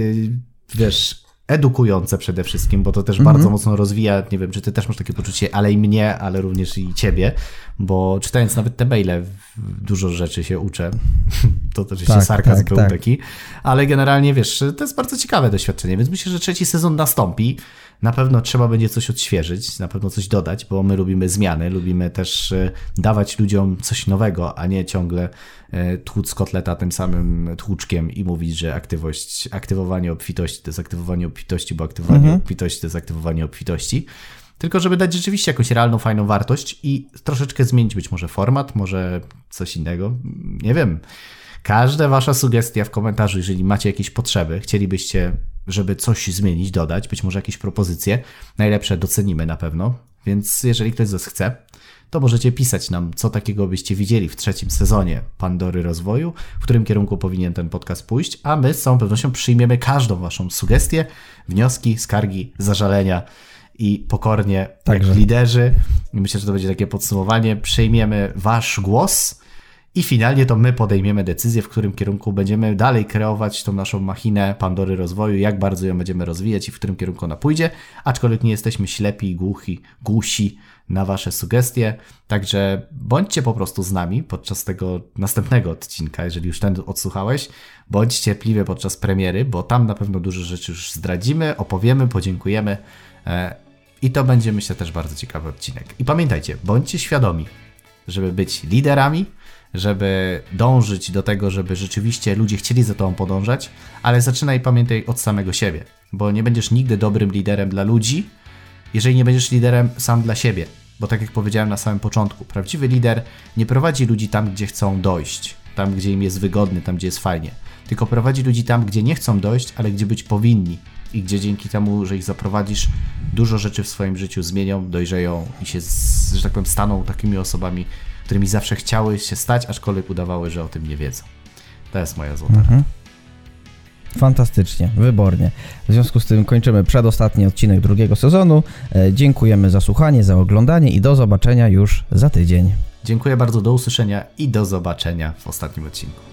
Speaker 2: edukujące przede wszystkim, bo to też bardzo mocno rozwija, nie wiem, czy ty też masz takie poczucie, ale i mnie, ale również i ciebie, bo czytając nawet te maile, dużo rzeczy się uczę. To oczywiście sarkazm był taki, ale generalnie to jest bardzo ciekawe doświadczenie, więc myślę, że trzeci sezon nastąpi. Na pewno trzeba będzie coś odświeżyć, na pewno coś dodać, bo my lubimy zmiany, lubimy też dawać ludziom coś nowego, a nie ciągle tłuc kotleta tym samym tłuczkiem i mówić, że aktywowanie obfitości to jest aktywowanie obfitości, bo aktywowanie obfitości to jest aktywowanie obfitości. Tylko żeby dać rzeczywiście jakąś realną, fajną wartość i troszeczkę zmienić być może format, może coś innego, nie wiem. Każda wasza sugestia w komentarzu, jeżeli macie jakieś potrzeby, chcielibyście, żeby coś zmienić, dodać, być może jakieś propozycje, najlepsze docenimy na pewno, więc jeżeli ktoś z was chce, to możecie pisać nam, co takiego byście widzieli w trzecim sezonie Pandory Rozwoju, w którym kierunku powinien ten podcast pójść, a my z całą pewnością przyjmiemy każdą waszą sugestię, wnioski, skargi, zażalenia i pokornie, jak liderzy, myślę, że to będzie takie podsumowanie, przyjmiemy wasz głos i finalnie to my podejmiemy decyzję, w którym kierunku będziemy dalej kreować tą naszą machinę Pandory rozwoju, jak bardzo ją będziemy rozwijać i w którym kierunku ona pójdzie, aczkolwiek nie jesteśmy ślepi i głusi na wasze sugestie, także bądźcie po prostu z nami podczas tego następnego odcinka, jeżeli już ten odsłuchałeś, bądź cierpliwy podczas premiery, bo tam na pewno dużo rzeczy już zdradzimy, opowiemy, podziękujemy i to będzie, myślę, też bardzo ciekawy odcinek. I pamiętajcie, bądźcie świadomi, żeby być liderami, żeby dążyć do tego, żeby rzeczywiście ludzie chcieli za tobą podążać, ale zaczynaj, pamiętaj, od samego siebie, bo nie będziesz nigdy dobrym liderem dla ludzi, jeżeli nie będziesz liderem sam dla siebie, bo tak jak powiedziałem na samym początku, prawdziwy lider nie prowadzi ludzi tam, gdzie chcą dojść, tam, gdzie im jest wygodny, tam, gdzie jest fajnie, tylko prowadzi ludzi tam, gdzie nie chcą dojść, ale gdzie być powinni i gdzie dzięki temu, że ich zaprowadzisz, dużo rzeczy w swoim życiu zmienią, dojrzeją i się, że tak powiem, staną takimi osobami, którymi zawsze chciały się stać, aczkolwiek udawały, że o tym nie wiedzą. To jest moja złota rada.
Speaker 1: Fantastycznie, wybornie. W związku z tym kończymy przedostatni odcinek drugiego sezonu. Dziękujemy za słuchanie, za oglądanie i do zobaczenia już za tydzień.
Speaker 2: Dziękuję bardzo, do usłyszenia i do zobaczenia w ostatnim odcinku.